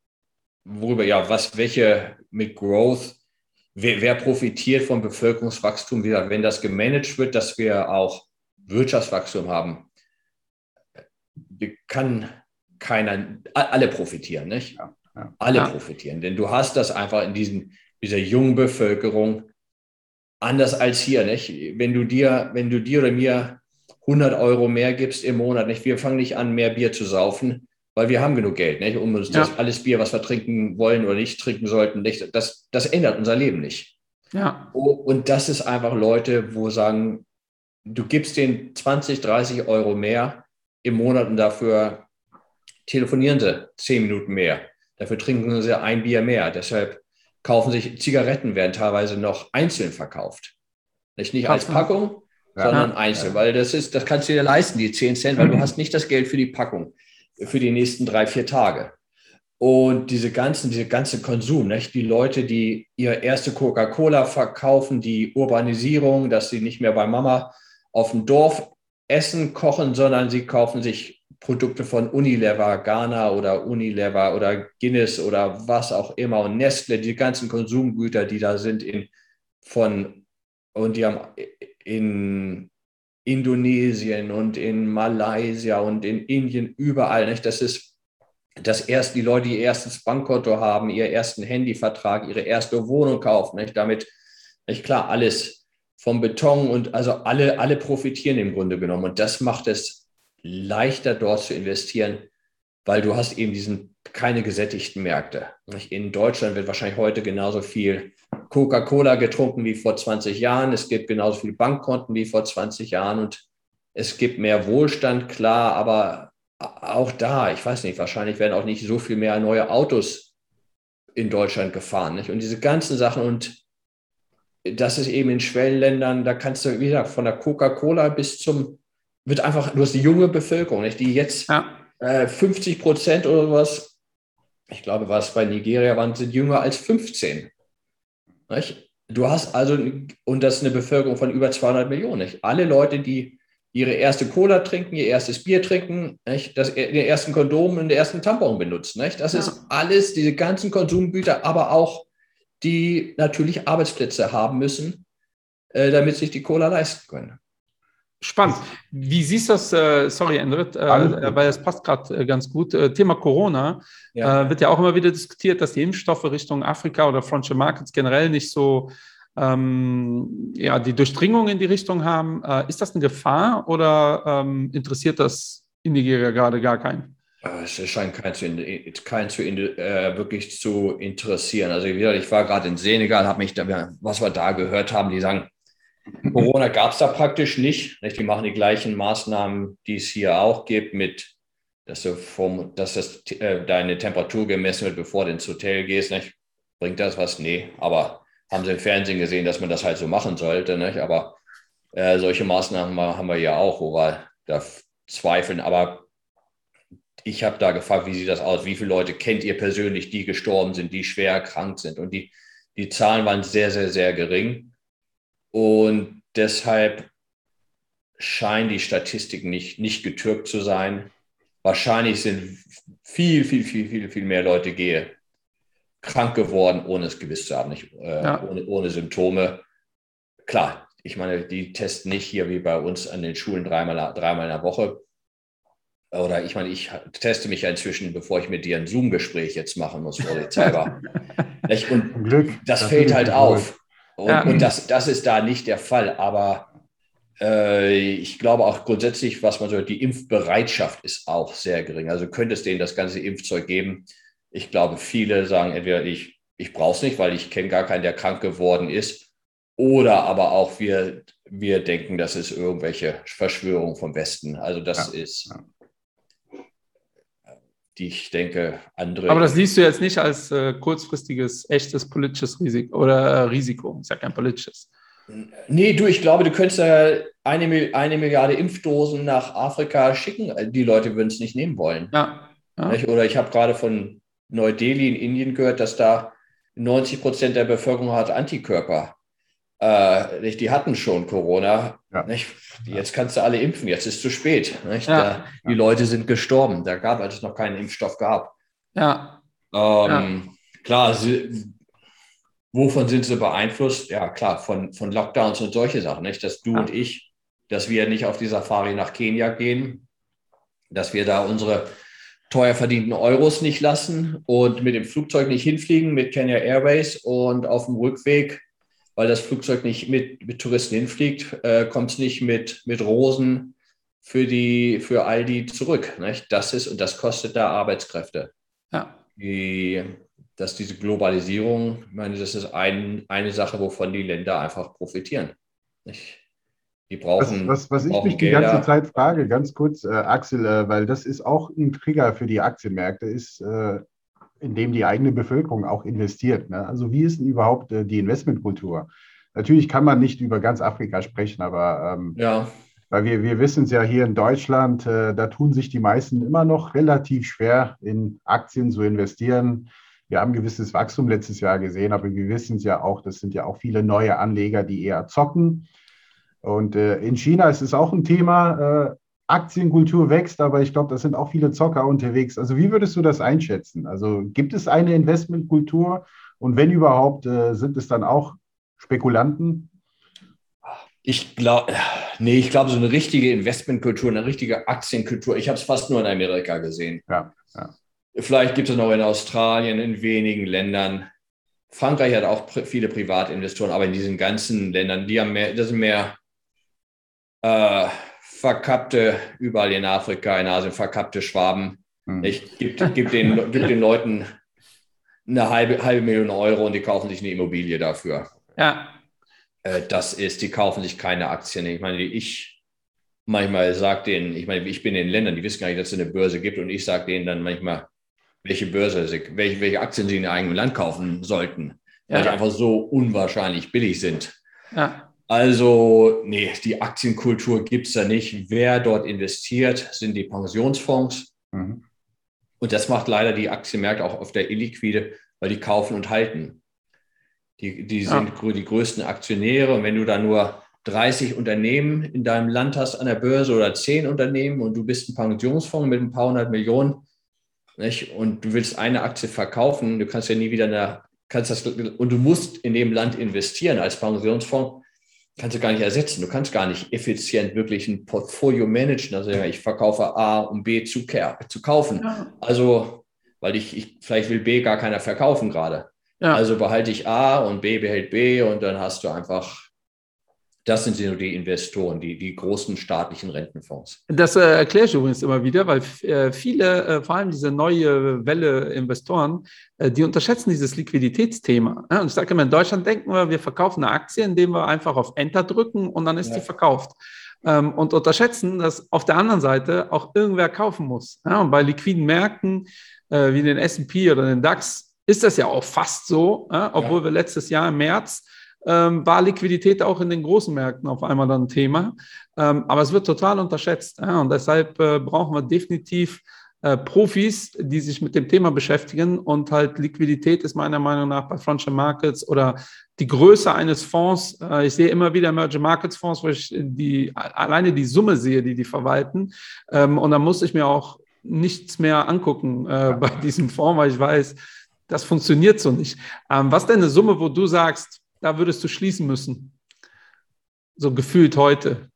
welche mit Growth, wer profitiert vom Bevölkerungswachstum, wie gesagt, wenn das gemanagt wird, dass wir auch Wirtschaftswachstum haben, kann alle profitieren, nicht? Ja. Alle profitieren, denn du hast das einfach in dieser jungen Bevölkerung anders als hier, nicht? Wenn du dir oder mir 100 Euro mehr gibst im Monat, nicht? Wir fangen nicht an, mehr Bier zu saufen, weil wir haben genug Geld, nicht? Um uns das alles Bier, was wir trinken wollen oder nicht trinken sollten, nicht? Das ändert unser Leben nicht. Ja. Und das ist einfach Leute, wo sagen, du gibst denen 20, 30 Euro mehr im Monat und dafür telefonieren sie 10 Minuten mehr. Dafür trinken sie ein Bier mehr. Deshalb kaufen sich Zigaretten, werden teilweise noch einzeln verkauft. Nicht als Packung, sondern einzeln, weil das kannst du dir leisten, die 10 Cent, weil du hast nicht das Geld für die Packung für die nächsten 3-4 Tage. Und diese ganze Konsum, nicht? Die Leute, die ihre erste Coca-Cola verkaufen, die Urbanisierung, dass sie nicht mehr bei Mama auf dem Dorf essen, kochen, sondern sie kaufen sich Produkte von Unilever, Ghana oder Unilever oder Guinness oder was auch immer und Nestle, die ganzen Konsumgüter, die da sind und die haben in Indonesien und in Malaysia und in Indien überall, nicht? Das ist die Leute, die ihr erstes Bankkonto haben, ihren ersten Handyvertrag, ihre erste Wohnung kaufen, nicht? Damit, nicht klar, alles vom Beton und also alle profitieren im Grunde genommen. Und das macht es leichter, dort zu investieren, weil du hast eben keine gesättigten Märkte. In Deutschland wird wahrscheinlich heute genauso viel Coca-Cola getrunken wie vor 20 Jahren. Es gibt genauso viele Bankkonten wie vor 20 Jahren und es gibt mehr Wohlstand, klar, aber auch da, ich weiß nicht, wahrscheinlich werden auch nicht so viel mehr neue Autos in Deutschland gefahren. Nicht? Und diese ganzen Sachen, und das ist eben in Schwellenländern, da kannst du, wie gesagt, von der Coca-Cola du hast die junge Bevölkerung, nicht? Die jetzt 50% oder was, ich glaube, was bei Nigeria sind jünger als 15. Nicht? Du hast also, und das ist eine Bevölkerung von über 200 Millionen. Nicht? Alle Leute, die ihre erste Cola trinken, ihr erstes Bier trinken, nicht? Den ersten Kondom und den ersten Tampon benutzen. Nicht? Das ist alles, diese ganzen Konsumgüter, aber auch die natürlich Arbeitsplätze haben müssen, damit sich die Cola leisten können. Spannend. Wie siehst du das, sorry, Endrit, weil das passt gerade ganz gut, Thema Corona, wird ja auch immer wieder diskutiert, dass die Impfstoffe Richtung Afrika oder Frontier Markets generell nicht so die Durchdringung in die Richtung haben. Ist das eine Gefahr oder interessiert das in Nigeria gerade gar keinen? Es scheint wirklich zu interessieren. Also wie gesagt, ich war gerade in Senegal, habe mich da, was wir da gehört haben, die sagen, Corona gab es da praktisch nicht. Die machen die gleichen Maßnahmen, die es hier auch gibt, dass deine Temperatur gemessen wird, bevor du ins Hotel gehst. Nicht? Bringt das was? Nee, aber haben sie im Fernsehen gesehen, dass man das halt so machen sollte. Nicht? Aber solche Maßnahmen haben wir ja auch, wo wir da zweifeln. Aber ich habe da gefragt, wie sieht das aus? Wie viele Leute kennt ihr persönlich, die gestorben sind, die schwer erkrankt sind? Und die Zahlen waren sehr, sehr, sehr gering. Und deshalb scheinen die Statistiken nicht getürkt zu sein. Wahrscheinlich sind viel, viel, viel, viel, viel mehr Leute krank geworden, ohne es gewiss zu haben, ohne Symptome. Klar, ich meine, die testen nicht hier wie bei uns an den Schulen dreimal in der Woche. Oder ich meine, ich teste mich ja inzwischen, bevor ich mit dir ein Zoom-Gespräch jetzt machen muss, vorsichtshalber. Und Zum Glück. Das fällt halt auf. Und das ist da nicht der Fall. Aber ich glaube auch grundsätzlich, was man so hört, die Impfbereitschaft ist auch sehr gering. Also könnte es denen das ganze Impfzeug geben. Ich glaube, viele sagen entweder, ich brauche es nicht, weil ich kenne gar keinen, der krank geworden ist. Oder aber auch wir denken, das ist irgendwelche Verschwörung vom Westen. Also das ist... die ich denke, andere... Aber das siehst du jetzt nicht als kurzfristiges, echtes politisches Risiko oder Risiko. Ist ja kein politisches. Nee, ich glaube, du könntest eine Milliarde Impfdosen nach Afrika schicken. Die Leute würden es nicht nehmen wollen. Ja. Oder ich habe gerade von Neu-Delhi in Indien gehört, dass da 90% der Bevölkerung hat Antikörper. Die hatten schon Corona. Ja. Jetzt kannst du alle impfen, jetzt ist zu spät. Ja. Die Leute sind gestorben. Da gab, als es noch keinen Impfstoff gab. Ja. Klar, wovon sind sie beeinflusst? Ja, klar, von Lockdowns und solche Sachen. Dass du und ich, dass wir nicht auf die Safari nach Kenia gehen, dass wir da unsere teuer verdienten Euros nicht lassen und mit dem Flugzeug nicht hinfliegen, mit Kenya Airways, und auf dem Rückweg, weil das Flugzeug nicht mit Touristen hinfliegt, kommt es nicht mit Rosen für Aldi zurück. Das kostet da Arbeitskräfte. Ja. Dass diese Globalisierung, ich meine, das ist eine Sache, wovon die Länder einfach profitieren. Die brauchen. Was ich mich Gelder. Die ganze Zeit frage, ganz kurz, Axel, weil das ist auch ein Trigger für die Aktienmärkte, ist, indem die eigene Bevölkerung auch investiert. Ne? Also wie ist denn überhaupt die Investmentkultur? Natürlich kann man nicht über ganz Afrika sprechen, aber weil wir wissen es ja hier in Deutschland, da tun sich die meisten immer noch relativ schwer, in Aktien zu investieren. Wir haben gewisses Wachstum letztes Jahr gesehen, aber wir wissen es ja auch, das sind ja auch viele neue Anleger, die eher zocken. Und in China ist es auch ein Thema, Aktienkultur wächst, aber ich glaube, da sind auch viele Zocker unterwegs. Also wie würdest du das einschätzen? Also gibt es eine Investmentkultur, und wenn überhaupt, sind es dann auch Spekulanten? Ich glaube, so eine richtige Investmentkultur, eine richtige Aktienkultur, ich habe es fast nur in Amerika gesehen. Ja. Vielleicht gibt es noch in Australien, in wenigen Ländern. Frankreich hat auch viele Privatinvestoren, aber in diesen ganzen Ländern, das sind mehr verkappte, überall in Afrika, in Asien, verkappte Schwaben. Ich gebe den Leuten eine halbe Million Euro und die kaufen sich eine Immobilie dafür. Ja. Die kaufen sich keine Aktien. Ich meine, ich manchmal sage denen, ich bin in den Ländern, die wissen gar nicht, dass es eine Börse gibt, und ich sage denen dann manchmal, welche Aktien sie in ihrem eigenen Land kaufen sollten, weil die einfach so unwahrscheinlich billig sind. Ja. Also, die Aktienkultur gibt es da nicht. Wer dort investiert, sind die Pensionsfonds. Und das macht leider die Aktienmärkte auch auf der illiquide, weil die kaufen und halten. Die sind die größten Aktionäre. Und wenn du da nur 30 Unternehmen in deinem Land hast an der Börse oder 10 Unternehmen und du bist ein Pensionsfonds mit ein paar 100 Millionen, und du willst eine Aktie verkaufen, du kannst ja nie wieder und du musst in dem Land investieren als Pensionsfonds, kannst du gar nicht ersetzen. Du kannst gar nicht effizient wirklich ein Portfolio managen. Also ich verkaufe A, um B zu kaufen. Ja. Also, weil vielleicht will B gar keiner verkaufen gerade. Ja. Also behalte ich A und B behält B, und dann hast du einfach, das sind so die Investoren, die großen staatlichen Rentenfonds. Das erkläre ich übrigens immer wieder, weil viele, vor allem diese neue Welle Investoren, die unterschätzen dieses Liquiditätsthema. Und ich sage immer, in Deutschland denken wir verkaufen eine Aktie, indem wir einfach auf Enter drücken und dann ist die verkauft. Und unterschätzen, dass auf der anderen Seite auch irgendwer kaufen muss. Und bei liquiden Märkten wie den S&P oder den DAX ist das ja auch fast so, obwohl wir letztes Jahr im März war Liquidität auch in den großen Märkten auf einmal dann ein Thema. Aber es wird total unterschätzt. Und deshalb brauchen wir definitiv Profis, die sich mit dem Thema beschäftigen. Und halt Liquidität ist meiner Meinung nach bei Frontier Markets oder die Größe eines Fonds. Ich sehe immer wieder Emerging Markets Fonds, wo ich alleine die Summe sehe, die verwalten. Und dann muss ich mir auch nichts mehr angucken bei diesem Fonds, weil ich weiß, das funktioniert so nicht. Was denn eine Summe, wo du sagst, da würdest du schließen müssen? So gefühlt heute.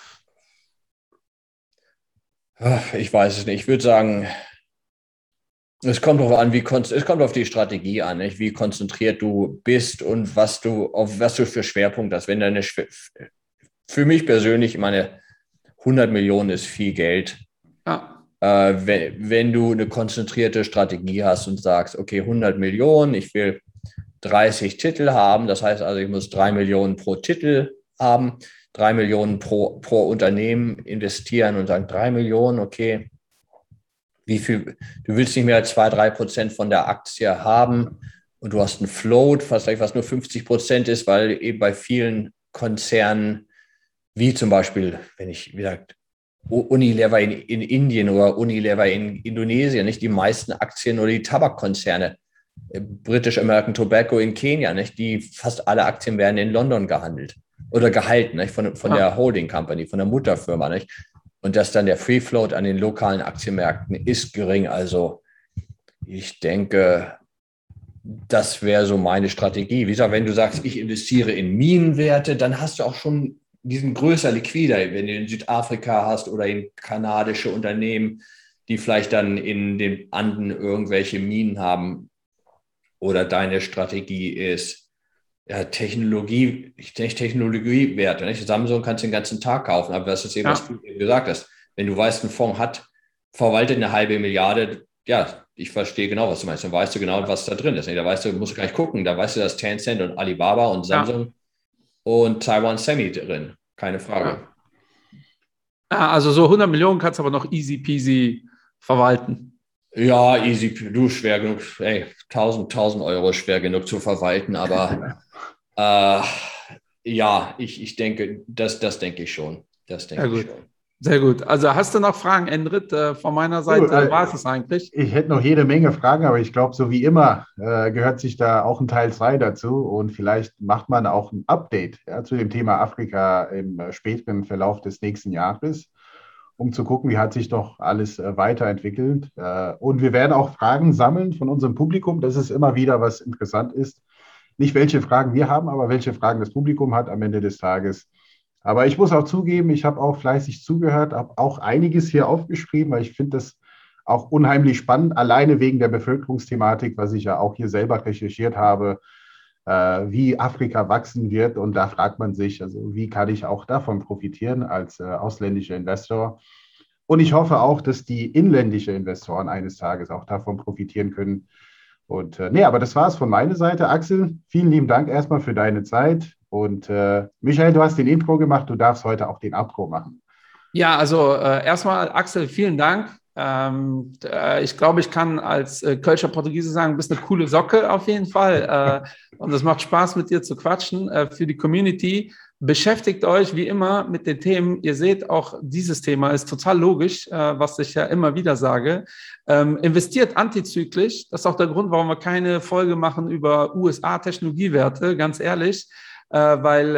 Ich weiß es nicht. Ich würde sagen, es kommt darauf an, es kommt auf die Strategie an, nicht? Wie konzentriert du bist und was du für Schwerpunkt hast. Wenn für mich persönlich, meine 100 Millionen ist viel Geld. Ja. Wenn du eine konzentrierte Strategie hast und sagst, okay, 100 Millionen, ich will 30 Titel haben, das heißt also, ich muss 3 Millionen pro Titel haben, 3 Millionen pro Unternehmen investieren und sagen, 3 Millionen, okay, wie viel, du willst nicht mehr als 2-3% von der Aktie haben und du hast einen Float, was nur 50% ist, weil eben bei vielen Konzernen wie zum Beispiel, wenn ich wieder Unilever in Indien oder Unilever in Indonesien, nicht die meisten Aktien oder die Tabakkonzerne, British American Tobacco in Kenia, nicht die fast alle Aktien werden in London gehandelt oder gehalten, nicht von der Holding Company, von der Mutterfirma, nicht? Und dass dann der Free Float an den lokalen Aktienmärkten ist gering. Also ich denke, das wäre so meine Strategie. Wie gesagt, wenn du sagst, ich investiere in Minenwerte, dann hast du auch schon diesen größer liquider, wenn du in Südafrika hast oder in kanadische Unternehmen, die vielleicht dann in den Anden irgendwelche Minen haben. Oder deine Strategie ist Technologiewerte. Nicht? Samsung kannst du den ganzen Tag kaufen, aber das ist eben, was du eben gesagt hast. Wenn du weißt, ein Fonds verwaltet 1/2 Milliarde, ja, ich verstehe genau, was du meinst. Dann weißt du genau, was da drin ist. Da weißt du, musst du gar nicht gucken. Da weißt du, dass Tencent und Alibaba und Samsung und Taiwan Semi drin. Keine Frage. Also so 100 Millionen kannst du aber noch easy peasy verwalten. Ja, easy, du schwer genug. 1000 Euro schwer genug zu verwalten. Aber ich denke, das denke ich schon. Das denke ich schon. Sehr gut. Also hast du noch Fragen, Endrit? Von meiner Seite war es eigentlich. Ich hätte noch jede Menge Fragen, aber ich glaube, so wie immer gehört sich da auch ein Teil 2 dazu und vielleicht macht man auch ein Update zu dem Thema Afrika im späteren Verlauf des nächsten Jahres, um zu gucken, wie hat sich doch alles weiterentwickelt. Und wir werden auch Fragen sammeln von unserem Publikum. Das ist immer wieder, was interessant ist. Nicht welche Fragen wir haben, aber welche Fragen das Publikum hat am Ende des Tages. Aber ich muss auch zugeben, ich habe auch fleißig zugehört, habe auch einiges hier aufgeschrieben, weil ich finde das auch unheimlich spannend, alleine wegen der Bevölkerungsthematik, was ich ja auch hier selber recherchiert habe, wie Afrika wachsen wird. Und da fragt man sich, also wie kann ich auch davon profitieren als ausländischer Investor? Und ich hoffe auch, dass die inländischen Investoren eines Tages auch davon profitieren können. Und aber das war es von meiner Seite. Axel, vielen lieben Dank erstmal für deine Zeit. Und Michael, du hast den Intro gemacht, du darfst heute auch den Outro machen. Ja, also erstmal Axel, vielen Dank. Ich glaube, ich kann als Kölscher Portugiese sagen, du bist eine coole Socke auf jeden Fall. Und es macht Spaß, mit dir zu quatschen. Für die Community, beschäftigt euch wie immer mit den Themen. Ihr seht auch, dieses Thema ist total logisch, was ich ja immer wieder sage. Investiert antizyklisch. Das ist auch der Grund, warum wir keine Folge machen über USA-Technologiewerte, ganz ehrlich. Weil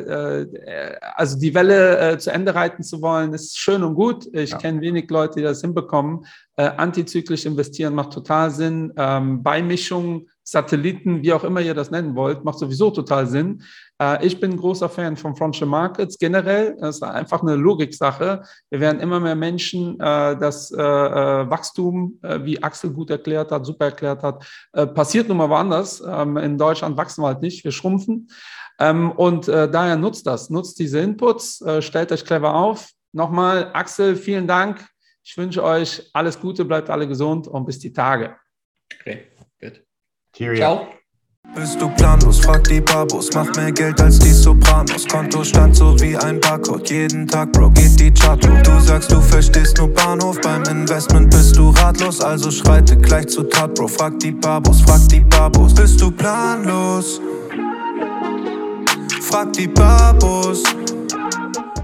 also die Welle zu Ende reiten zu wollen, ist schön und gut. Ich kenne wenig Leute, die das hinbekommen. Antizyklisch investieren macht total Sinn. Beimischung, Satelliten, wie auch immer ihr das nennen wollt, macht sowieso total Sinn. Ich bin ein großer Fan von Frontier Markets generell. Das ist einfach eine Logiksache. Wir werden immer mehr Menschen das Wachstum, wie Axel gut erklärt hat, super erklärt hat, passiert nun mal woanders. In Deutschland wachsen wir halt nicht, wir schrumpfen. Und daher nutzt diese Inputs, stellt euch clever auf. Nochmal, Axel, vielen Dank. Ich wünsche euch alles Gute, bleibt alle gesund und bis die Tage. Okay, gut. Cheerio. Ciao. Bist du planlos, frag die Babos, mach mehr Geld als die Sopranos. Kontostand so wie ein Barcode, jeden Tag, Bro, geht die Chart hoch. Du sagst, du verstehst nur Bahnhof, beim Investment bist du ratlos, also schreite gleich zu Tat, Bro. Frag die Babos, bist du planlos? Frag die Babos.